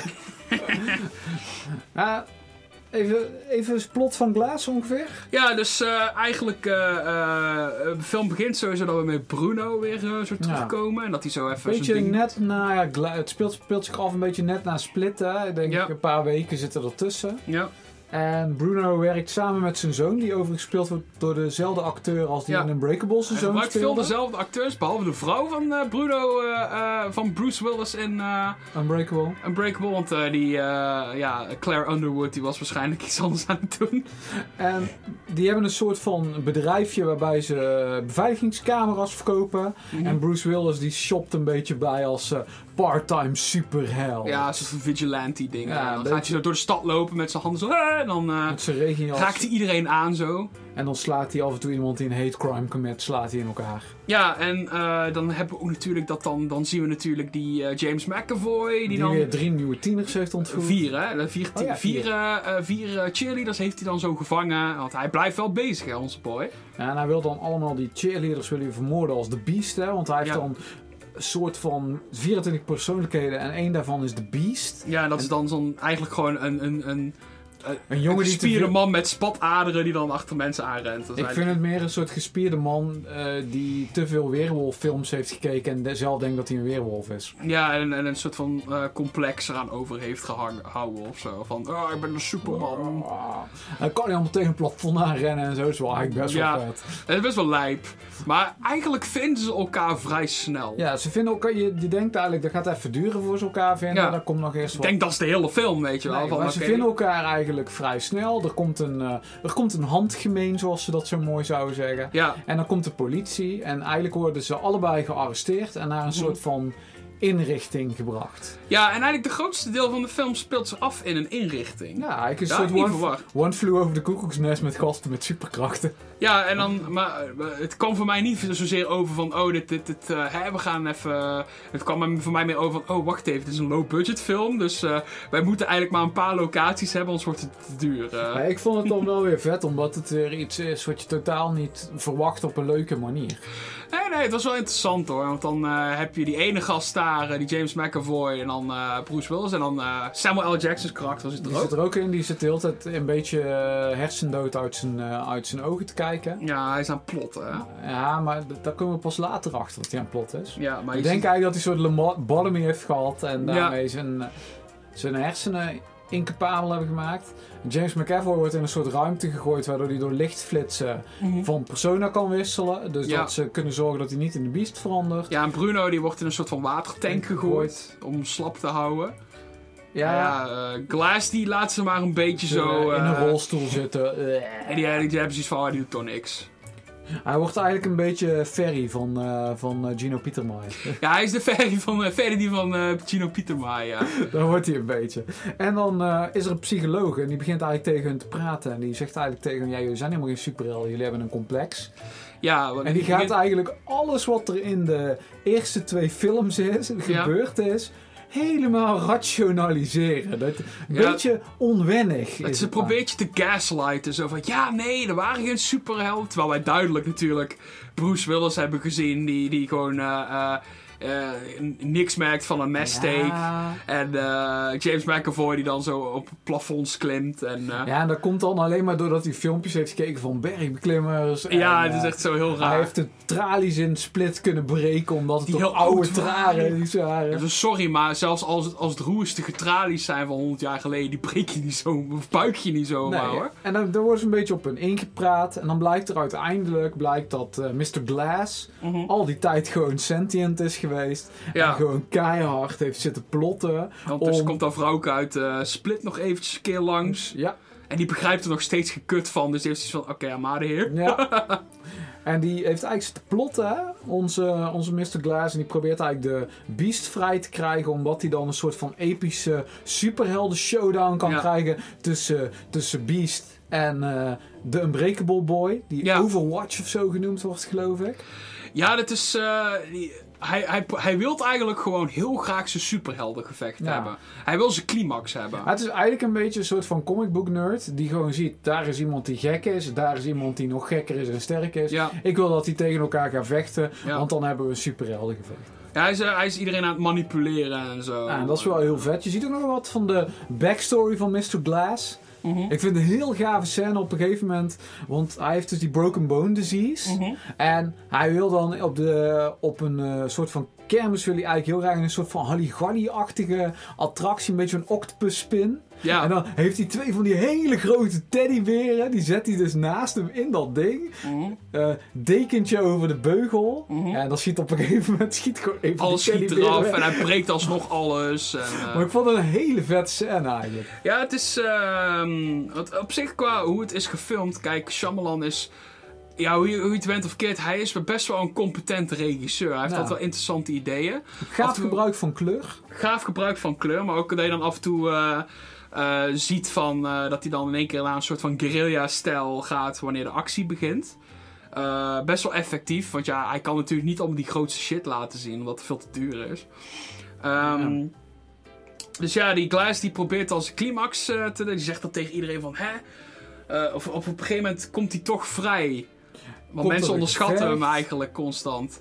ja, even, even het plot van Glass ongeveer. Ja, dus uh, eigenlijk, uh, uh, de film begint sowieso dat we met Bruno weer uh, zo terugkomen. En dat hij zo even Beetje zijn ding... net na, ja, Gla- het speelt, speelt zich af een beetje net na Split. Hè. Ik denk Ja. een paar weken zitten ertussen. Ja. En Bruno werkt samen met zijn zoon, die overigens gespeeld wordt door dezelfde acteur als die Ja. in Unbreakable zijn Hij zoon gebruikt veel speelde. dezelfde acteurs, behalve de vrouw van uh, Bruno, uh, uh, van Bruce Willis in uh, Unbreakable. Unbreakable. Want uh, die, uh, ja, Claire Underwood, die was waarschijnlijk iets anders aan het doen. En die hebben een soort van bedrijfje waarbij ze beveiligingscamera's verkopen. Mm-hmm. En Bruce Willis die shopt een beetje bij als uh, part-time superheld. Ja, een soort van vigilante ding. Ja, Ja, dan een gaat hij beetje- zo door de stad lopen met zijn handen zo. Uh, en dan uh, Met zijn regenjas. raakt hij iedereen aan zo. En dan slaat hij af en toe iemand die een hate crime commit, slaat hij in elkaar. Ja, en uh, dan hebben we ook natuurlijk dat dan, dan zien we natuurlijk die uh, James McAvoy. Die, Die dan weer drie nieuwe tieners heeft ontvoerd. vier, hè? De Vier, Oh ja, vier, vier. uh, uh, vier uh, cheerleaders heeft hij dan zo gevangen. Want hij blijft wel bezig, hè, onze boy. Ja, en hij wil dan allemaal die cheerleaders willen vermoorden als de Beast, hè. Want hij heeft Ja. dan een soort van vierentwintig persoonlijkheden en één daarvan is de Beast. Ja, en dat is dan zo'n, eigenlijk gewoon een, een, een Een jongen een die te gespierde veel- man met spataderen die dan achter mensen aanrent. Dat is Ik vind het meer een soort gespierde man uh, die te veel weerwolffilms heeft gekeken en de- zelf denkt dat hij een weerwolf is. Ja, en, en een soort van uh, complex eraan over heeft gehouden of zo. Van, oh, ik ben een superman. Oh. Dan kan hij allemaal tegen een plafond aanrennen en zo. Dat is wel eigenlijk best Ja. wel vet. Het is best wel lijp. Maar eigenlijk vinden ze elkaar vrij snel. Ja, ze vinden elkaar, je, je denkt eigenlijk dat gaat even duren voor ze elkaar vinden. Ja. Dan komt nog eerst Ik wat. denk dat is de hele film, weet je wel. Nee, van, maar ze oké, vinden elkaar eigenlijk vrij snel. Er komt, een, uh, er komt een handgemeen, zoals ze dat zo mooi zouden zeggen. Ja, En dan komt de politie. En eigenlijk worden ze allebei gearresteerd en naar een soort van inrichting gebracht. ja, en eigenlijk de grootste deel van de film speelt zich af in een inrichting. Ja, eigenlijk een Ja, soort niet one, verwacht. one Flew Over the Cuckoo's Nest met gasten met superkrachten. Ja, en dan, maar uh, het kwam voor mij niet zozeer over van, oh, dit, dit, dit, uh, hè, we gaan even... Uh, het kwam voor mij meer over van, oh, wacht even, dit is een low-budget film, dus uh, wij moeten eigenlijk maar een paar locaties hebben, anders wordt het te duur. Uh. Ja, ik vond het dan wel weer vet, omdat het weer iets is wat je totaal niet verwacht op een leuke manier. Nee, nee, het was wel interessant hoor, want dan uh, heb je die ene gast daar, uh, die James McAvoy, en dan uh, Bruce Willis, en dan uh, Samuel L. Jackson's karakter zit er Die ook. zit er ook in, die zit de hele tijd een beetje uh, hersendood uit zijn, uh, uit zijn ogen te kijken. Ja, hij is aan het plotten, hè. Ja, maar d- daar komen we pas later achter dat hij aan het plot is. Ja, maar Ik je denk ziet- eigenlijk dat hij een soort lobotomy heeft gehad en Ja. daarmee zijn, zijn hersenen incapabel hebben gemaakt. James McAvoy wordt in een soort ruimte gegooid waardoor hij door lichtflitsen Mhm. van persona kan wisselen. Dus Ja. dat ze kunnen zorgen dat hij niet in de beest verandert. Ja, en Bruno die wordt in een soort van watertank Gegooid. gegooid om hem slap te houden. Ja, Ja, uh, Glass die laat ze maar een beetje ze, zo... in een uh, rolstoel zitten. En die, die hebben zoiets van, oh, die doet toch niks. Hij wordt eigenlijk een beetje Ferry van, uh, van uh, Gino Pietermaai. Ja, hij is de Ferry van, uh, Ferry die van uh, Gino Pietermaai, ja. Daar wordt hij een beetje. En dan uh, is er een psycholoog en die begint eigenlijk tegen hun te praten. En die zegt eigenlijk tegen hen, ja, jullie zijn helemaal geen superhelden, jullie hebben een complex. Ja, want En die gaat eigenlijk alles wat er in de eerste twee films is, Ja. gebeurd is, helemaal rationaliseren. Dat, een Ja. beetje onwennig dat is ze het probeert je te gaslighten. Zo van, ja, nee, er waren geen superhelden. Terwijl wij duidelijk natuurlijk Bruce Willis hebben gezien. Die, die gewoon uh, uh, uh, niks merkt van een messteek. Ja. En uh, James McAvoy die dan zo op plafonds klimt. En, uh, ja, Ja, en dat komt dan alleen maar doordat hij filmpjes heeft gekeken van bergbeklimmers. En, het is uh, echt zo heel raar. Hij heeft de tralies in split kunnen breken omdat het Die toch heel oude oud waren. tralies waren. Dus sorry, maar zelfs als het, als het roestige tralies zijn van honderd jaar geleden, die breek je niet zo, of buik je niet zomaar Nee, hoor. en dan, dan wordt ze een beetje op hun ingepraat. En dan blijkt er uiteindelijk blijkt dat uh, mister Glass Mhm. al die tijd gewoon sentient is geweest. Ja. En gewoon keihard heeft zitten plotten. Ondertussen om- komt dat vrouwke uit uh, Split nog eventjes een keer langs. Ja, En die begrijpt er nog steeds gekut van. Dus die heeft zoiets van, oké, okay, maar de heer. ja. En die heeft eigenlijk zitten plotten, hè? Onze, onze mister Glass. En die probeert eigenlijk de Beast vrij te krijgen. Omdat hij dan een soort van epische superhelden showdown kan Ja. krijgen. Tussen, tussen Beast en uh, de Unbreakable Boy. Die Ja. Overwatch of zo genoemd wordt, geloof ik. Ja, dat is... Uh, die, hij, hij, hij wil eigenlijk gewoon heel graag zijn superheldengevecht Ja. hebben. Hij wil zijn climax hebben. Maar het is eigenlijk een beetje een soort van comic book nerd. Die gewoon ziet, daar is iemand die gek is. Daar is iemand die nog gekker is en sterk is. Ja. Ik wil dat die tegen elkaar gaan vechten. Ja. Want dan hebben we een superheldengevecht. Ja, hij, is, uh, hij is iedereen aan het manipuleren en zo. Ja, en dat is wel heel vet. Je ziet ook nog wat van de backstory van mister Glass. Mhm. Ik vind het een heel gave scène op een gegeven moment. Want hij heeft dus die broken bone disease. Mhm. En hij wil dan op, de, op een uh, soort van kermis wil hij eigenlijk heel graag in een soort van Halligalli-achtige attractie. Een beetje een octopus spin. Ja. En dan heeft hij twee van die hele grote teddyberen. Die zet hij dus naast hem in dat ding. Mhm. Uh, dekentje over de beugel. Mhm. En dan schiet op een gegeven moment schiet gewoon even Alles die schiet teddyberen eraf weg. en hij breekt alsnog alles. En, uh, Maar ik vond het een hele vette scène eigenlijk. Ja, het is... ehm, het, op zich qua hoe het is gefilmd... Kijk, Shyamalan is... Ja, hoe je, hoe je het bent of keert, hij is best wel een competente regisseur. Hij heeft Ja. altijd wel interessante ideeën. Gaaf Af en toe- gebruik van kleur. Gaaf gebruik van kleur, maar ook dat je dan af en toe uh, uh, ziet van, uh, dat hij dan in één keer naar een soort van guerrilla-stijl gaat wanneer de actie begint. Uh, best wel effectief, want ja, hij kan natuurlijk niet allemaal die grootste shit laten zien, omdat het veel te duur is. Um, Ja. Dus ja, die Glass die probeert als climax uh, te... Die zegt dan tegen iedereen van, hè? Uh, of, of op een gegeven moment komt hij toch vrij. Want Komt er mensen een onderschatten hem gevecht? eigenlijk constant.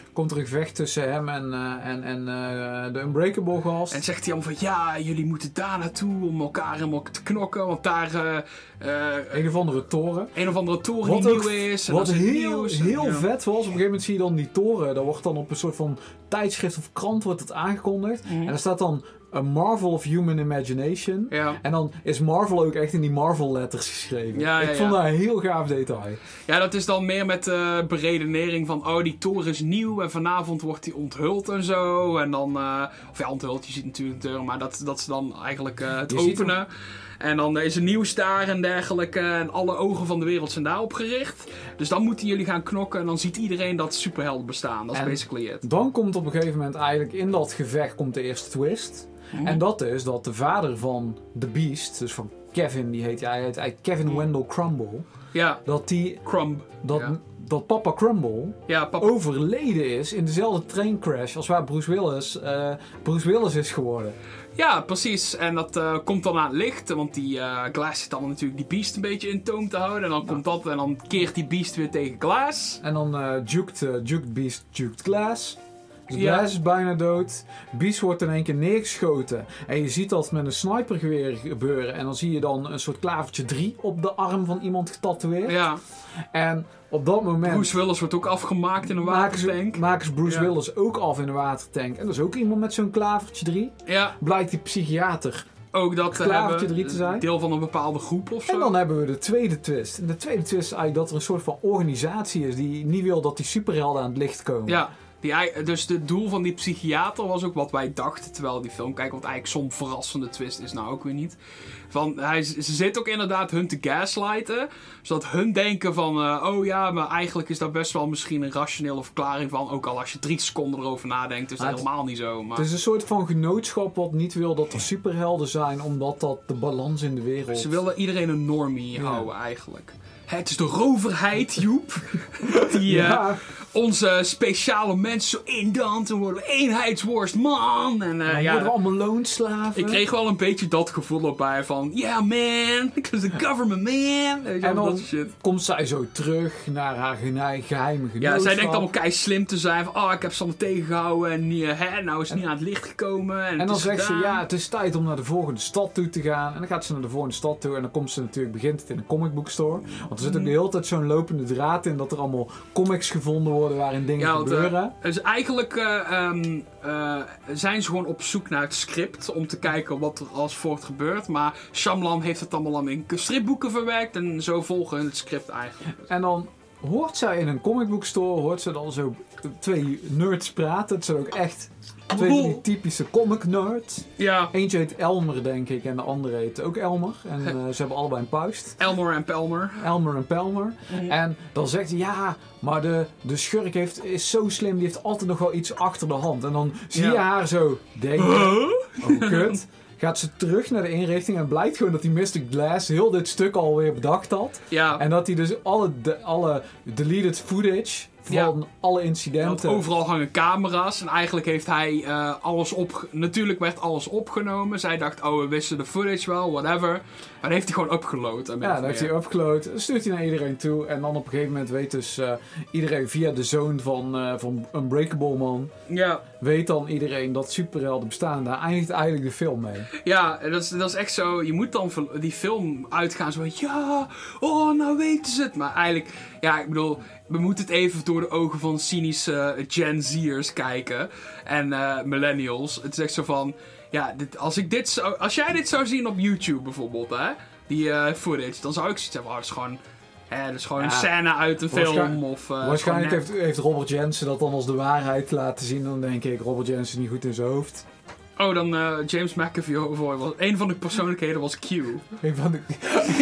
komt er een gevecht tussen hem en, uh, en, en uh, de Unbreakable gast. En zegt hij allemaal van, ja, jullie moeten daar naartoe om elkaar helemaal te knokken, want daar... Uh, uh, een of andere toren. Een of andere toren wat die ook, nieuw is. En wat dat is heel, nieuws, heel en, ja. vet was, op een gegeven moment zie je dan die toren, daar wordt dan op een soort van tijdschrift of krant wordt het aangekondigd. Mm-hmm. En daar staat dan A Marvel of Human Imagination. Ja. En dan is Marvel ook echt in die Marvel letters geschreven. Ja, ja, ik vond ja. dat een heel gaaf detail. Ja, dat is dan meer met uh, beredenering van, oh, die toren is nieuw en vanavond wordt die onthuld en zo. En dan, uh, of ja, onthuld, je ziet natuurlijk de deur, maar dat, dat is dan eigenlijk uh, het je openen. En dan is er nieuws daar en dergelijke. En alle ogen van de wereld zijn daarop gericht. Dus dan moeten jullie gaan knokken. En dan ziet iedereen dat superhelden bestaan. Dat is en basically it. Dan komt op een gegeven moment eigenlijk in dat gevecht komt de eerste twist. Mm-hmm. En dat is dat de vader van The Beast, dus van Kevin, die heet, hij heet eigenlijk Kevin mm. Wendell Crumble. Ja. Dat die... Crumb. Dat, ja. dat papa Crumble ja, papa. overleden is in dezelfde traincrash als waar Bruce Willis, uh, Bruce Willis is geworden. Ja, precies. En dat uh, komt dan aan het licht. Want die uh, Glass zit dan natuurlijk die Beast een beetje in toom te houden. En dan ja. komt dat en dan keert die Beast weer tegen Glass. En dan uh, juked, uh, juked Beast, juked Glass. Dus ja. Glass is bijna dood. Beast wordt in één keer neergeschoten. En je ziet dat met een snipergeweer gebeuren. En dan zie je dan een soort klavertje drie op de arm van iemand getatoeëerd. Ja. En op dat moment... Bruce Willis wordt ook afgemaakt in een watertank. Maken ze, maken ze Bruce ja. Willis ook af in een watertank. En dat is ook iemand met zo'n klavertje drie. Ja. Blijkt die psychiater ook dat te hebben, drie te zijn. Deel van een bepaalde groep of zo. En dan hebben we de tweede twist. En de tweede twist is eigenlijk dat er een soort van organisatie is die niet wil dat die superhelden aan het licht komen. Ja. Die, dus het doel van die psychiater was ook wat wij dachten terwijl we die film kijken. Want eigenlijk zo'n verrassende twist is nou ook weer niet. Van, hij, ze zit ook inderdaad hun te gaslighten. Zodat hun denken van... Uh, oh ja, maar eigenlijk is daar best wel misschien een rationele verklaring van. Ook al als je drie seconden erover nadenkt. Is dat het, helemaal niet zo. Maar... Het is een soort van genootschap wat niet wil dat er superhelden zijn. Omdat dat de balans in de wereld... Ze willen iedereen een normie ja. houden eigenlijk. Het is de roverheid, Joep. Die ja. uh, onze speciale mensen zo indansen worden. Eenheidsworst, man. En uh, dan ja, worden we allemaal loonslaven. Ik kreeg wel een beetje dat gevoel erbij van... Yeah, man. Because the government, man. Weet je, en dan dat shit. komt zij zo terug naar haar geheime genootschap. Ja, zij denkt allemaal kei slim te zijn. Van, oh, ik heb ze allemaal tegengehouden. En uh, hè, nou is het en, niet aan het licht gekomen. En, en dan zegt gedaan. ze, ja, het is tijd om naar de volgende stad toe te gaan. En dan gaat ze naar de volgende stad toe. En dan komt ze natuurlijk, begint het in een comic book store. Want er zit ook de hele tijd zo'n lopende draad in. Dat er allemaal comics gevonden worden waarin dingen ja, gebeuren. Want, uh, dus eigenlijk uh, um, uh, zijn ze gewoon op zoek naar het script. Om te kijken wat er als voort gebeurt. Maar Shyamalan heeft het allemaal in stripboeken verwerkt. En zo volgen hun het script eigenlijk. En dan hoort zij in een comic book store. Hoort ze dan zo twee nerds praten. Het zijn ook echt... Twee van die typische comic nerds. Ja. Eentje heet Elmer, denk ik. En de andere heet ook Elmer. En uh, ze hebben allebei een puist. Elmer en Pelmer. Elmer en Pelmer. Mm-hmm. En dan zegt hij, ja, maar de, de schurk heeft, is zo slim. Die heeft altijd nog wel iets achter de hand. En dan zie ja. je haar zo denken. Huh? Oh, kut. Gaat ze terug naar de inrichting en blijkt gewoon dat die mister Glass heel dit stuk alweer bedacht had. Ja. En dat hij dus alle, de, alle deleted footage... Van ja. alle incidenten. Ja, overal hangen camera's. En eigenlijk heeft hij uh, alles op... Natuurlijk werd alles opgenomen. Zij dacht, oh, we wisten de footage wel, whatever. Maar dan heeft hij gewoon upgeload. Ja, dan heeft hij upgeload. Dan stuurt hij naar iedereen toe. En dan op een gegeven moment weet dus uh, iedereen via de zoon van, uh, van Unbreakable Man... Ja. Weet dan iedereen dat superhelden bestaan. Daar eindigt eigenlijk de film mee. Ja, dat is, dat is echt zo... Je moet dan die film uitgaan zo... Ja, oh, nou weten ze het. Maar eigenlijk... Ja, ik bedoel... We moeten het even door de ogen van cynische uh, Gen Z'ers kijken. En uh, millennials. Het is echt zo van... Ja, dit, als, ik dit zo, als jij dit zou zien op YouTube bijvoorbeeld, hè. Die uh, footage. Dan zou ik zoiets hebben. Oh, dat is gewoon... Eh, dat is gewoon ja, een scène uit een film. Of, uh, waarschijnlijk heeft, heeft Robert Jensen dat dan als de waarheid laten zien. Dan denk ik, Robert Jensen is niet goed in zijn hoofd. Oh, dan uh, James McAvoy was... Een van de persoonlijkheden was Q. Een van de...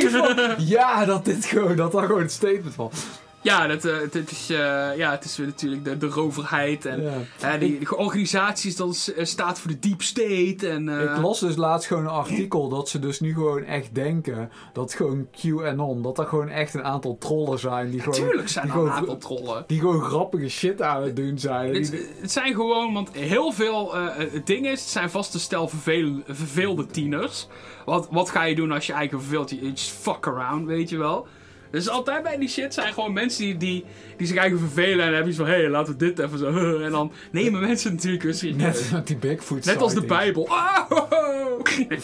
ja, dat dit gewoon... Dat daar gewoon het statement van... Ja, dat, uh, het, is, uh, ja, het is weer natuurlijk de, de roverheid. En ja. uh, die, die organisaties, dat uh, staat voor de deep state. En, uh... Ik las dus laatst gewoon een artikel dat ze dus nu gewoon echt denken dat gewoon QAnon, dat er gewoon echt een aantal trollen zijn. Die gewoon, Natuurlijk zijn die er gewoon, een aantal trollen. Die gewoon grappige shit aan het doen zijn. Het, het zijn gewoon, want heel veel uh, het ding is, het zijn vast een stel verveel, verveelde tieners. Wat, wat ga je doen als je eigen verveelt? Je just fuck around, weet je wel. Dus altijd bij die shit zijn gewoon mensen die, die, die zich eigenlijk vervelen en dan hebben iets van, hé, hey, laten we dit even zo. En dan nemen mensen natuurlijk weer serieus. Net met die Bigfoot Net als de sightings. Bijbel. Oh,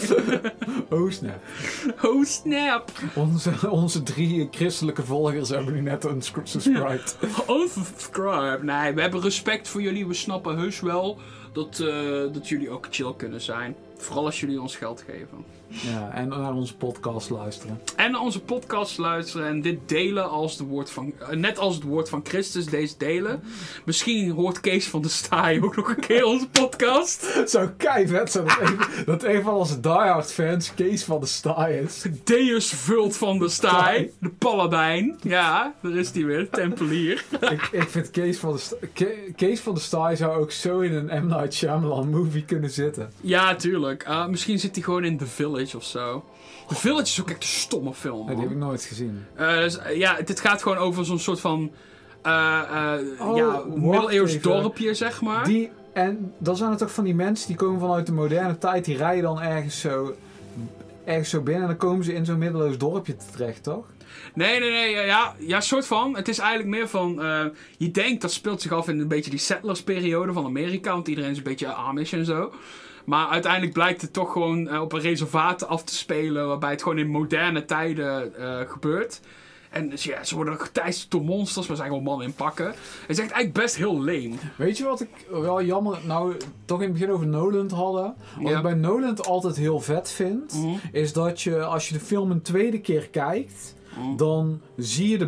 Oh snap. oh snap. Onze, onze drie christelijke volgers hebben nu net unsubscribed. Unsubscribe. Nee, we hebben respect voor jullie. We snappen heus wel dat, uh, dat jullie ook chill kunnen zijn. Vooral als jullie ons geld geven. Ja, en naar onze podcast luisteren. En naar onze podcast luisteren en dit delen als het woord van... Uh, net als het woord van Christus deze delen. Misschien hoort Kees van der Staaij ook nog een keer onze podcast. Zo kei vet zijn dat een, dat een van onze diehard fans Kees van der Staaij is. Deus Vult van der Staaij. De paladijn. Ja, daar is die weer. De tempelier. ik, ik vind Kees van der Sta- Ke- Kees van der Staaij zou ook zo in een M. Night Shyamalan movie kunnen zitten. Ja, tuurlijk. Uh, misschien zit hij gewoon in The Village of zo. The Village is ook echt een stomme film. Nee, die man. heb ik nooit gezien. Uh, dus, uh, ja, dit gaat gewoon over zo'n soort van... Uh, uh, Oh, ja, wacht middeleeuws even. dorpje, zeg maar. Die, en dan zijn er toch van die mensen die komen vanuit de moderne tijd. Die rijden dan ergens zo, ergens zo binnen. En dan komen ze in zo'n middeleeuws dorpje terecht, toch? Nee, nee, nee. Ja, ja, soort van. Het is eigenlijk meer van... Uh, je denkt, dat speelt zich af in een beetje die settlersperiode van Amerika. Want iedereen is een beetje Amish en zo. Maar uiteindelijk blijkt het toch gewoon uh, op een reservaat af te spelen. Waarbij het gewoon in moderne tijden uh, gebeurt. En dus ja, ze worden geteisterd door monsters. Maar zijn gewoon mannen in pakken. Het is echt eigenlijk best heel lame. Weet je wat ik wel jammer... Nou, toch in het begin over Nolan hadden. Wat Ja. ik bij Nolan altijd heel vet vind... Mm-hmm. Is dat je, als je de film een tweede keer kijkt... Mm. Dan zie je de,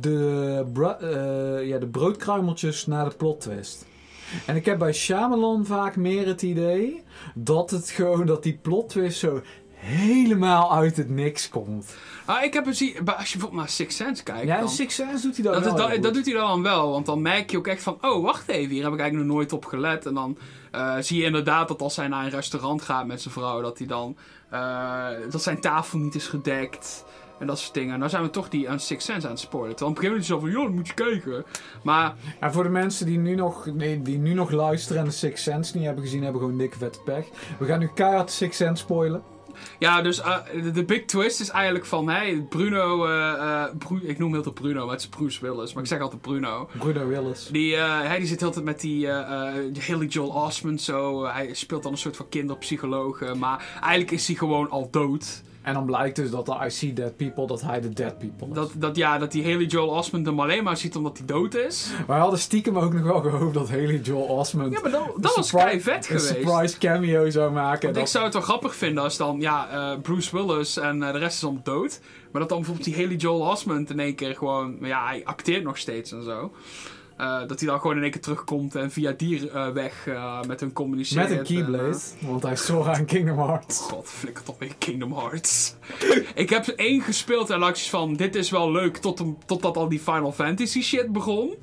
de, bra- uh, ja, de broodkruimeltjes naar de plot twist. En ik heb bij Shyamalan vaak meer het idee... Dat het gewoon... Dat die plot twist zo... helemaal uit het niks komt. Ah, ik heb een zie... Als je bijvoorbeeld naar Sixth Sense kijkt... Ja, in dan... Sixth Sense doet hij dat, Dat, wel is, heel dat, goed. dat doet hij dan wel, want dan merk je ook echt van... Oh, wacht even, hier heb ik eigenlijk nog nooit op gelet. En dan uh, zie je inderdaad dat als hij naar een restaurant gaat met zijn vrouw... Dat hij dan... Uh, dat zijn tafel niet is gedekt... En dat soort dingen. Nou zijn we toch die aan Sixth Sense aan het spoilen. Terwijl op een gegeven moment is het zo van... Joh, dan moet je kijken. Maar... Ja, voor de mensen die nu, nog, nee, die nu nog luisteren en de Sixth Sense niet hebben gezien... Hebben gewoon dikke vette pech. We gaan nu keihard Sixth Sense spoilen. Ja, dus uh, de, de big twist is eigenlijk van... Hey, Bruno... Uh, uh, Bru- ik noem heel veel Bruno, maar het is Bruce Willis. Maar ik zeg altijd Bruno. Bruno Willis. Die, uh, hij die zit altijd met die uh, uh, Haley Joel Osment zo. Uh, hij speelt dan een soort van kinderpsycholoog. Uh, maar eigenlijk is hij gewoon al dood. En dan blijkt dus dat de I See Dead People, dat hij de Dead People is. Dat, dat, ja, dat die Haley Joel Osment hem alleen maar ziet omdat hij dood is. Wij hadden stiekem ook nog wel gehoopt dat Haley Joel Osment... Ja, maar dat, een dat was surpri- kei vet een geweest. surprise cameo zou maken. Want dat... ik zou het wel grappig vinden als dan, ja, uh, Bruce Willis en uh, de rest is allemaal dood. Maar dat dan bijvoorbeeld die Haley Joel Osment in één keer gewoon... Ja, hij acteert nog steeds en zo. Uh, dat hij dan gewoon in één keer terugkomt en via die uh, weg uh, met hun communiceert. Met een Keyblade, en, uh, want hij is Sora in Kingdom Hearts. God, flikker toch weer Kingdom Hearts. Ik heb één gespeeld en lag van, dit is wel leuk, tot, totdat al die Final Fantasy shit begon.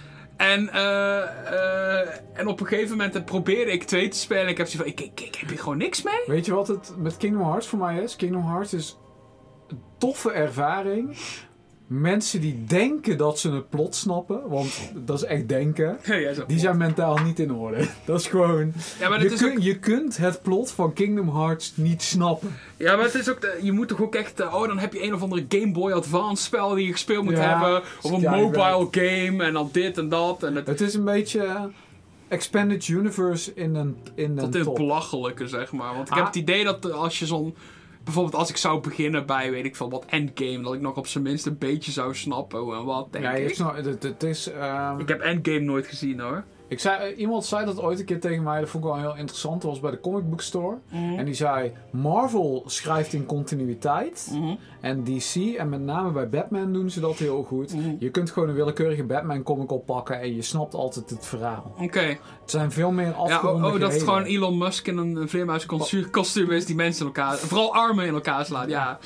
En, uh, uh, en op een gegeven moment probeerde ik twee te spelen en ik heb zoiets van, ik, ik, ik heb hier gewoon niks mee. Weet je wat het met Kingdom Hearts voor mij is? Kingdom Hearts is een toffe ervaring. Mensen die denken dat ze het plot snappen, want dat is echt denken, Ja, zo. die zijn mentaal niet in orde. Dat is gewoon... Ja, maar Je, het is kun- ook, je kunt het plot van Kingdom Hearts niet snappen. ja, maar het is ook, de- je moet toch ook echt, uh, oh dan heb je een of andere Game Boy Advance spel die je gespeeld moet Ja, hebben. Of een Skyrim. mobile game en dan dit en dat. En het, Het is een beetje uh, Expanded Universe in een, in een tot in het top. belachelijke, zeg maar. Want ik Ah. heb het idee dat als je zo'n... Bijvoorbeeld als ik zou beginnen bij, weet ik veel, wat Endgame. Dat ik nog op zijn minst een beetje zou snappen hoe en wat, denk Ja, ik. ik snap, het, het is... ehm, Ik heb Endgame nooit gezien, hoor. ik zei, iemand zei dat ooit een keer tegen mij, dat vond ik wel heel interessant. Dat was bij de comic book store. Mhm. En die zei, Marvel schrijft in continuïteit. Mhm. En D C, en met name bij Batman doen ze dat heel goed. Mhm. Je kunt gewoon een willekeurige Batman comic oppakken en je snapt altijd het verhaal. Oké. Het zijn veel meer Ja, afgeronde oh, oh, dat het gehelen. gewoon Elon Musk in een, een vleermuiskostuum is die mensen in elkaar... Vooral armen in elkaar slaat, ja.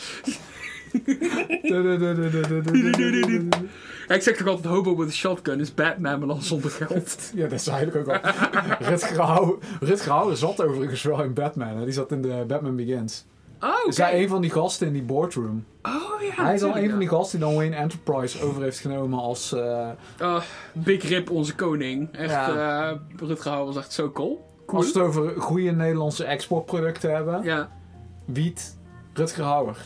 Ja, ik zeg toch altijd, hobo with a shotgun is Batman, maar dan zonder geld. Ja, dat is eigenlijk ook al. Rutger Hauer, Rutger Hauer zat overigens wel in Batman. Hè? Die zat in de Batman Begins. Oh, oké. Is hij een van die gasten in die boardroom? Oh, ja, hij is al natuurlijk, een van die ja. gasten die dan Wayne Enterprise over heeft genomen als... uh, Oh, Big Rip, onze koning. Echt, Ja. eh Rutger Hauer was echt zo cool. Cool. Als we het over goede Nederlandse exportproducten hebben. Ja. Wiet, Rutger Hauer.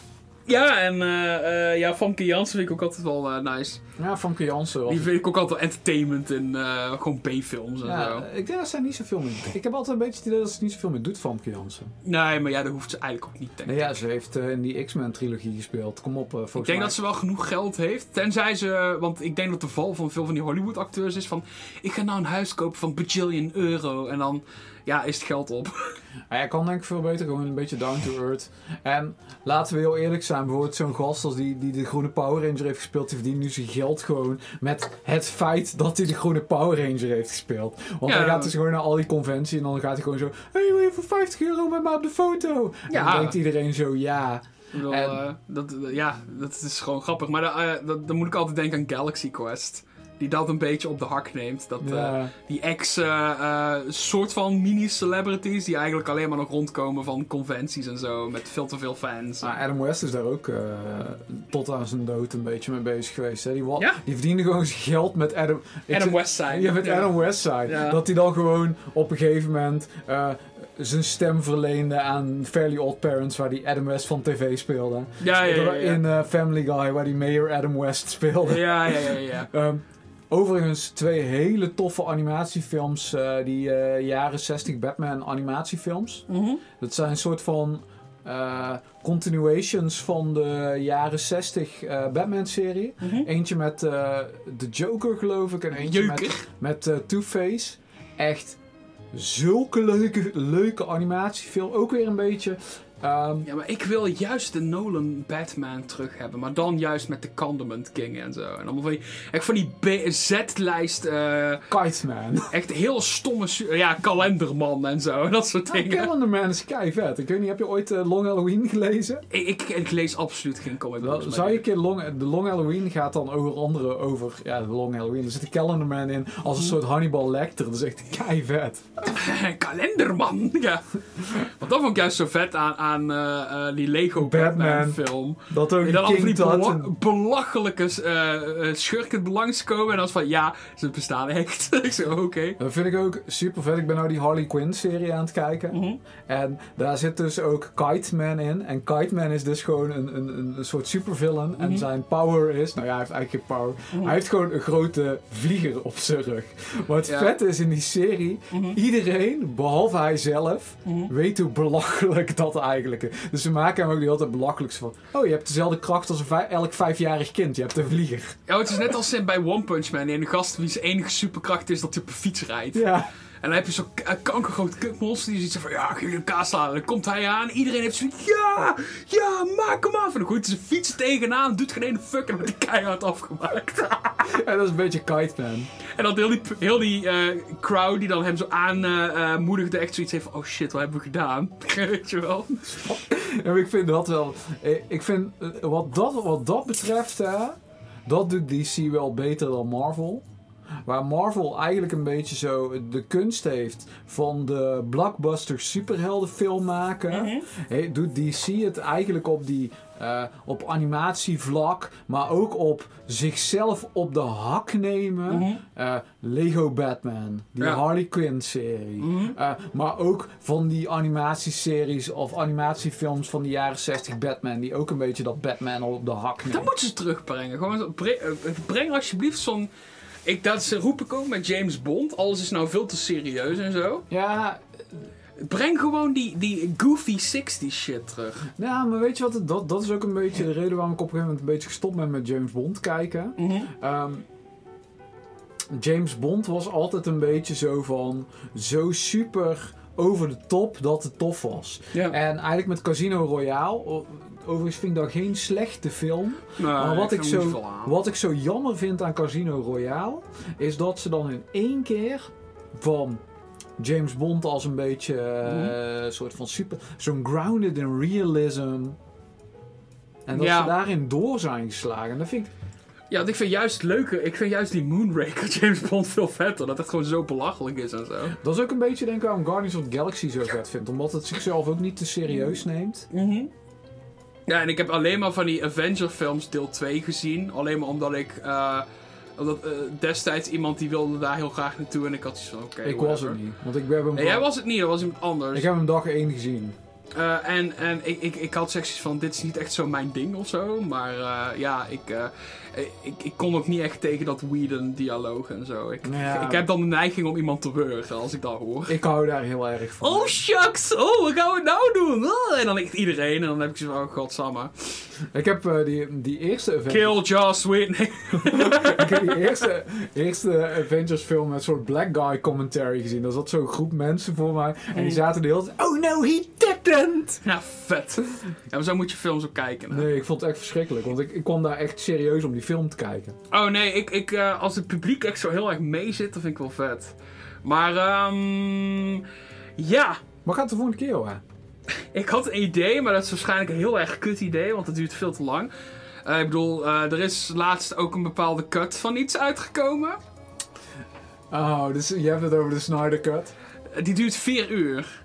Ja, en uh, uh, ja, Famke Janssen vind ik ook altijd wel uh, nice. Ja, Famke Janssen. Was... Die vind ik ook altijd wel entertainment in uh, gewoon B-films en ja, zo. Ik denk dat zij niet zoveel meer... Ik heb altijd een beetje het idee dat ze niet zoveel meer doet, Famke Janssen. Nee, maar ja, dat hoeft ze eigenlijk ook niet, denk nee, ik. ja, ze heeft uh, in die X-Men trilogie gespeeld. Kom op, uh, volgens mij. Ik denk mij. dat ze wel genoeg geld heeft. Tenzij ze... Want ik denk dat de val van veel van die Hollywood acteurs is van... Ik ga nou een huis kopen van bajillion euro. En dan... Ja, is het geld op. Ja, je kan denk ik veel beter gewoon een beetje down to earth. En laten we heel eerlijk zijn, bijvoorbeeld zo'n gast als die, die de groene Power Ranger heeft gespeeld, die verdient nu zijn geld gewoon met het feit dat hij de groene Power Ranger heeft gespeeld. Want ja, hij gaat dus gewoon naar al die conventies en dan gaat hij gewoon zo, hey, wil je voor vijftig euro met mij op de foto? Ja. En dan denkt iedereen zo, ja. Bedoel, en... uh, dat, ja, dat is gewoon grappig. Maar dan, uh, dat, dan moet ik altijd denken aan Galaxy Quest. Die dat een beetje op de hak neemt. Dat ja. uh, die ex uh, uh, soort van mini-celebrities die eigenlijk alleen maar nog rondkomen van conventies en zo. Met veel te veel fans. Ah, Adam West is daar ook uh, tot aan zijn dood een beetje mee bezig geweest. Hè? Die, wa- ja? die verdiende gewoon zijn geld met Adam... Adam Westside. Ja, met ja. Adam Westside. Ja. Dat hij dan gewoon op een gegeven moment... Uh, zijn stem verleende aan Fairly Odd Parents, waar die Adam West van tv speelde. Ja, ja, ja, ja. In uh, Family Guy, waar die Mayor Adam West speelde. Ja, ja, ja, ja. um, Overigens twee hele toffe animatiefilms, uh, die uh, jaren zestig Batman animatiefilms. Mm-hmm. Dat zijn een soort van uh, continuations van de jaren zestig uh, Batman-serie. Mm-hmm. Eentje met uh, de Joker, geloof ik, en eentje Joker. met, met uh, Two-Face. Echt zulke leuke, leuke animatiefilm. Ook weer een beetje... Um, ja, maar ik wil juist de Nolan Batman terug hebben. Maar dan juist met de Condiment King en zo. En allemaal van die, echt van die B- Z-lijst... Uh, Kite Man. Echt heel stomme... Su- ja, Kalenderman en zo. Dat soort nou, dingen. Calendarman is kei vet. Ik weet niet, heb je ooit uh, Long Halloween gelezen? Ik, ik, ik lees absoluut geen comic books. Zou je een keer Long, de Long Halloween gaat dan over andere over... Ja, de Long Halloween. Er zit een Calendarman in als een soort Hannibal Lecter. Dat is echt kei vet. Kalenderman. Ja. Want dat vond ik juist zo vet aan... aan uh, uh, die Lego Batman, Batman film. Dat ook en dan King al die bela- en... belachelijke uh, uh, schurken belangskomen. En dan is van, ja, ze bestaan echt. Ik zo, oké. Okay. Dat vind ik ook super vet. Ik ben nou die Harley Quinn serie aan het kijken. Mm-hmm. En daar zit dus ook Kite Man in. En Kite Man is dus gewoon een, een, een soort supervillain. Mm-hmm. En zijn power is... Nou ja, hij heeft eigenlijk geen power. Mm-hmm. Hij heeft gewoon een grote vlieger op zijn rug. Maar het ja. vet is in die serie... Mm-hmm. Iedereen, behalve hij zelf... Mm-hmm. weet hoe belachelijk dat eigenlijk is. Dus ze maken hem ook die altijd belachelijks van... Oh, je hebt dezelfde kracht als een vij- elk vijfjarig kind. Je hebt een vlieger. Ja, het is net als in bij One Punch Man. En de gast wie zijn enige superkracht is dat hij op een fiets rijdt. Ja. En dan heb je zo'n k- kankergroot kutmonster die ziet van... Ja, ik ga je een kaas slaan. En dan komt hij aan. Iedereen heeft zoiets... Ja, ja, maak hem af. En dan gooit hij zijn fiets tegenaan. Doet geen ene fuck. En dan wordt hij keihard afgemaakt. Ja, dat is een beetje Kite Man. En dan heel die, heel die uh, crowd die dan hem zo aanmoedigde... Uh, echt zoiets heeft van... Oh shit, wat hebben we gedaan? Weet je wel? Ja, maar ik vind dat wel... Ik vind... Wat dat, wat dat betreft, hè... Dat doet D C wel beter dan Marvel. Waar Marvel eigenlijk een beetje zo de kunst heeft van de blockbuster superheldenfilm maken, mm-hmm. he, doet D C het eigenlijk op die uh, op animatievlak, maar ook op zichzelf op de hak nemen. Mm-hmm. Uh, Lego Batman, die ja. Harley Quinn serie, mm-hmm. uh, maar ook van die animatieseries of animatiefilms van de jaren zestig Batman, die ook een beetje dat Batman op de hak nemen. Dat moeten ze terugbrengen. Gewoon breng, breng alsjeblieft zo'n... Ik, dat roep ik ook met James Bond. Alles is nou veel te serieus en zo. Ja. Breng gewoon die, die goofy zestig shit terug. Ja, maar weet je wat? Het, dat, dat is ook een beetje de reden waarom ik op een gegeven moment een beetje gestopt ben met James Bond kijken. Mm-hmm. Um, James Bond was altijd een beetje zo van... Zo super over de top dat het tof was. Ja. En eigenlijk met Casino Royale... Overigens vind ik dat geen slechte film. Nee, maar wat ik, ik zo, wat ik zo jammer vind aan Casino Royale... is dat ze dan in één keer van James Bond als een beetje... Mm-hmm. Uh, soort van super... Zo'n grounded in realism... En dat ja. ze daarin door zijn geslagen. En dat vind ik... Ja, want ik vind juist leuker... Ik vind juist die Moonraker James Bond veel vetter. Dat het gewoon zo belachelijk is en zo. Dat is ook een beetje denk ik waarom Guardians of the Galaxy zo vet vind. Omdat het zichzelf ook niet te serieus neemt. Mm-hmm. Ja, en ik heb alleen maar van die Avenger films deel twee gezien. Alleen maar omdat ik... Uh, omdat uh, destijds iemand die wilde daar heel graag naartoe. En ik had zoiets van, oké, okay, Ik whatever. was het niet. Want ik heb hem nee, jij was het niet, dat was iemand anders. Ik heb hem dag één gezien. Uh, en en ik, ik, ik had secties van, dit is niet echt zo mijn ding of zo. Maar uh, ja, ik, uh, ik, ik kon ook niet echt tegen dat Whedon-dialoog en zo. Ik, Ja. ik heb dan de neiging om iemand te wurgen als ik dat hoor. Ik hou daar heel erg van. Oh shucks, oh wat gaan we nou doen? Oh, en dan ligt iedereen en dan heb ik zo van, oh godsamme. Ik heb uh, die, die eerste Avengers... Kill Joss Whedon. ik heb die eerste, eerste Avengers film met een soort black guy commentary gezien. Daar zat zo'n groep mensen voor mij. En die zaten de hele tijd... Oh no, he didn't! Ja, vet. Ja, maar zo moet je films ook kijken. Hè? Nee, ik vond het echt verschrikkelijk. Want ik, ik kwam daar echt serieus om die film te kijken. Oh nee, ik, ik, uh, als het publiek echt zo heel erg mee zit, dan vind ik wel vet. Maar, um, ja. Wat gaat de volgende keer, hoor? Ik had een idee, maar dat is waarschijnlijk een heel erg kut idee, want het duurt veel te lang. Uh, ik bedoel, uh, er is laatst ook een bepaalde cut van iets uitgekomen. Oh, dus je hebt het over de Snyder Cut? Uh, die duurt vier uur.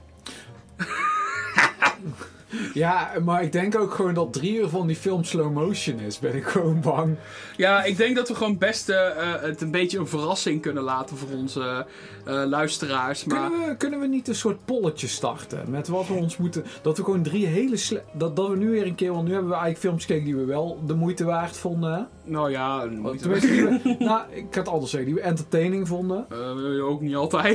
Ja, maar ik denk ook gewoon dat drie uur van die film slow motion is. Ben ik gewoon bang. Ja, ik denk dat we gewoon best uh, het een beetje een verrassing kunnen laten voor onze uh, luisteraars. Maar... Kunnen we, kunnen we niet een soort polletje starten? Met wat we ons moeten... Dat we gewoon drie hele... Sle- dat, dat we nu weer een keer... Want nu hebben we eigenlijk films gekeken die we wel de moeite waard vonden. Hè? Nou ja... Niet Tenminste, die we, nou, ik ga het anders zeggen. Die we entertaining vonden. Uh, ook niet altijd.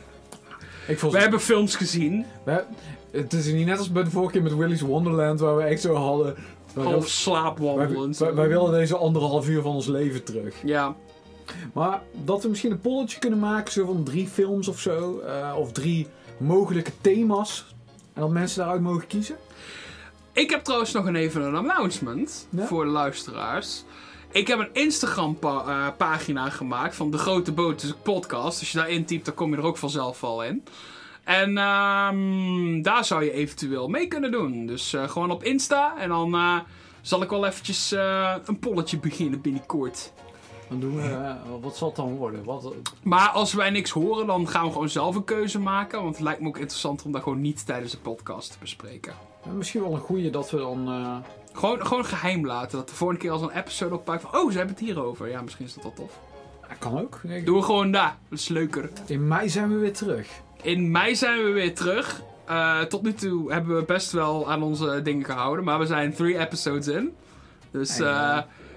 Ik vond we hebben films gezien. We, het is niet net als bij de vorige keer met Willy's Wonderland, waar we echt zo hadden... Half slaapwandelen. Wij, wij, wij willen deze anderhalf uur van ons leven terug. Ja. Maar dat we misschien een polletje kunnen maken, zo van drie films of zo. Uh, of drie mogelijke thema's. En dat mensen daaruit mogen kiezen. Ik heb trouwens nog een even een announcement ja? voor de luisteraars. Ik heb een Instagram pa- uh, pagina gemaakt van De Grote Boot, dus een podcast. Als je daar intypt, dan kom je er ook vanzelf al in. En uh, daar zou je eventueel mee kunnen doen. Dus uh, gewoon op Insta. En dan uh, zal ik wel eventjes uh, een polletje beginnen binnenkort. Dan doen we, uh, wat zal het dan worden? Wat... Maar als wij niks horen, dan gaan we gewoon zelf een keuze maken. Want het lijkt me ook interessant om dat gewoon niet tijdens de podcast te bespreken. Ja, misschien wel een goeie dat we dan... Uh... Gewoon, gewoon geheim laten. Dat de volgende keer als een episode oppakt van... Oh, ze hebben het hierover. Ja, misschien is dat wel tof. Dat kan ook. Nee, Doen we gewoon daar. Dat is leuker. In mei zijn we weer terug. In mei zijn we weer terug. Uh, tot nu toe hebben we best wel aan onze dingen gehouden. Maar we zijn drie episodes in. Dus uh,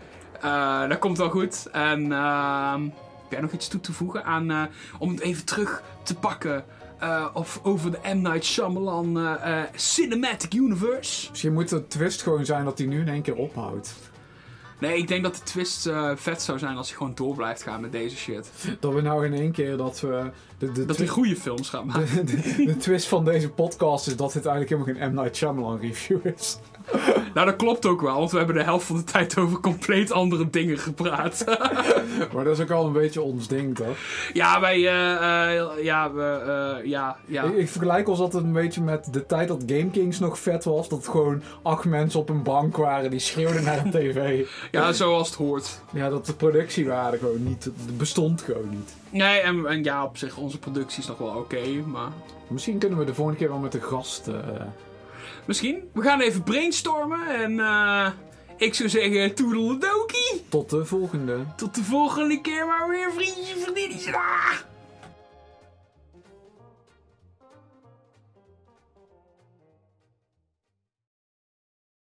uh, dat komt wel goed. En uh, heb jij nog iets toe te voegen aan... Uh, om het even terug te pakken... Uh, of over de M. Night Shyamalan uh, uh, Cinematic Universe. Misschien moet de twist gewoon zijn dat hij nu in één keer ophoudt. Nee, ik denk dat de twist uh, vet zou zijn als hij gewoon door blijft gaan met deze shit. Dat we nou in één keer dat we... De, de dat hij goede films gaat maken. De, de, de twist van deze podcast is dat dit eigenlijk helemaal geen M. Night Shyamalan review is. Nou, dat klopt ook wel, want we hebben de helft van de tijd over compleet andere dingen gepraat. Maar dat is ook al een beetje ons ding, toch? Ja, wij, uh, uh, ja, we, uh, ja, ja. Ik, ik vergelijk ons altijd een beetje met de tijd dat GameKings nog vet was. Dat gewoon acht mensen op een bank waren die schreeuwden naar een tv. Ja, zoals het hoort. Ja, dat de productiewaarde gewoon niet, bestond gewoon niet. Nee, en, en ja, op zich, onze productie is nog wel oké, okay, maar... Misschien kunnen we de volgende keer wel met een gast... Uh... Misschien. We gaan even brainstormen en uh, ik zou zeggen toedeledokie. Tot de volgende. Tot de volgende keer maar weer vriendjes, vriendinnetjes. Ah!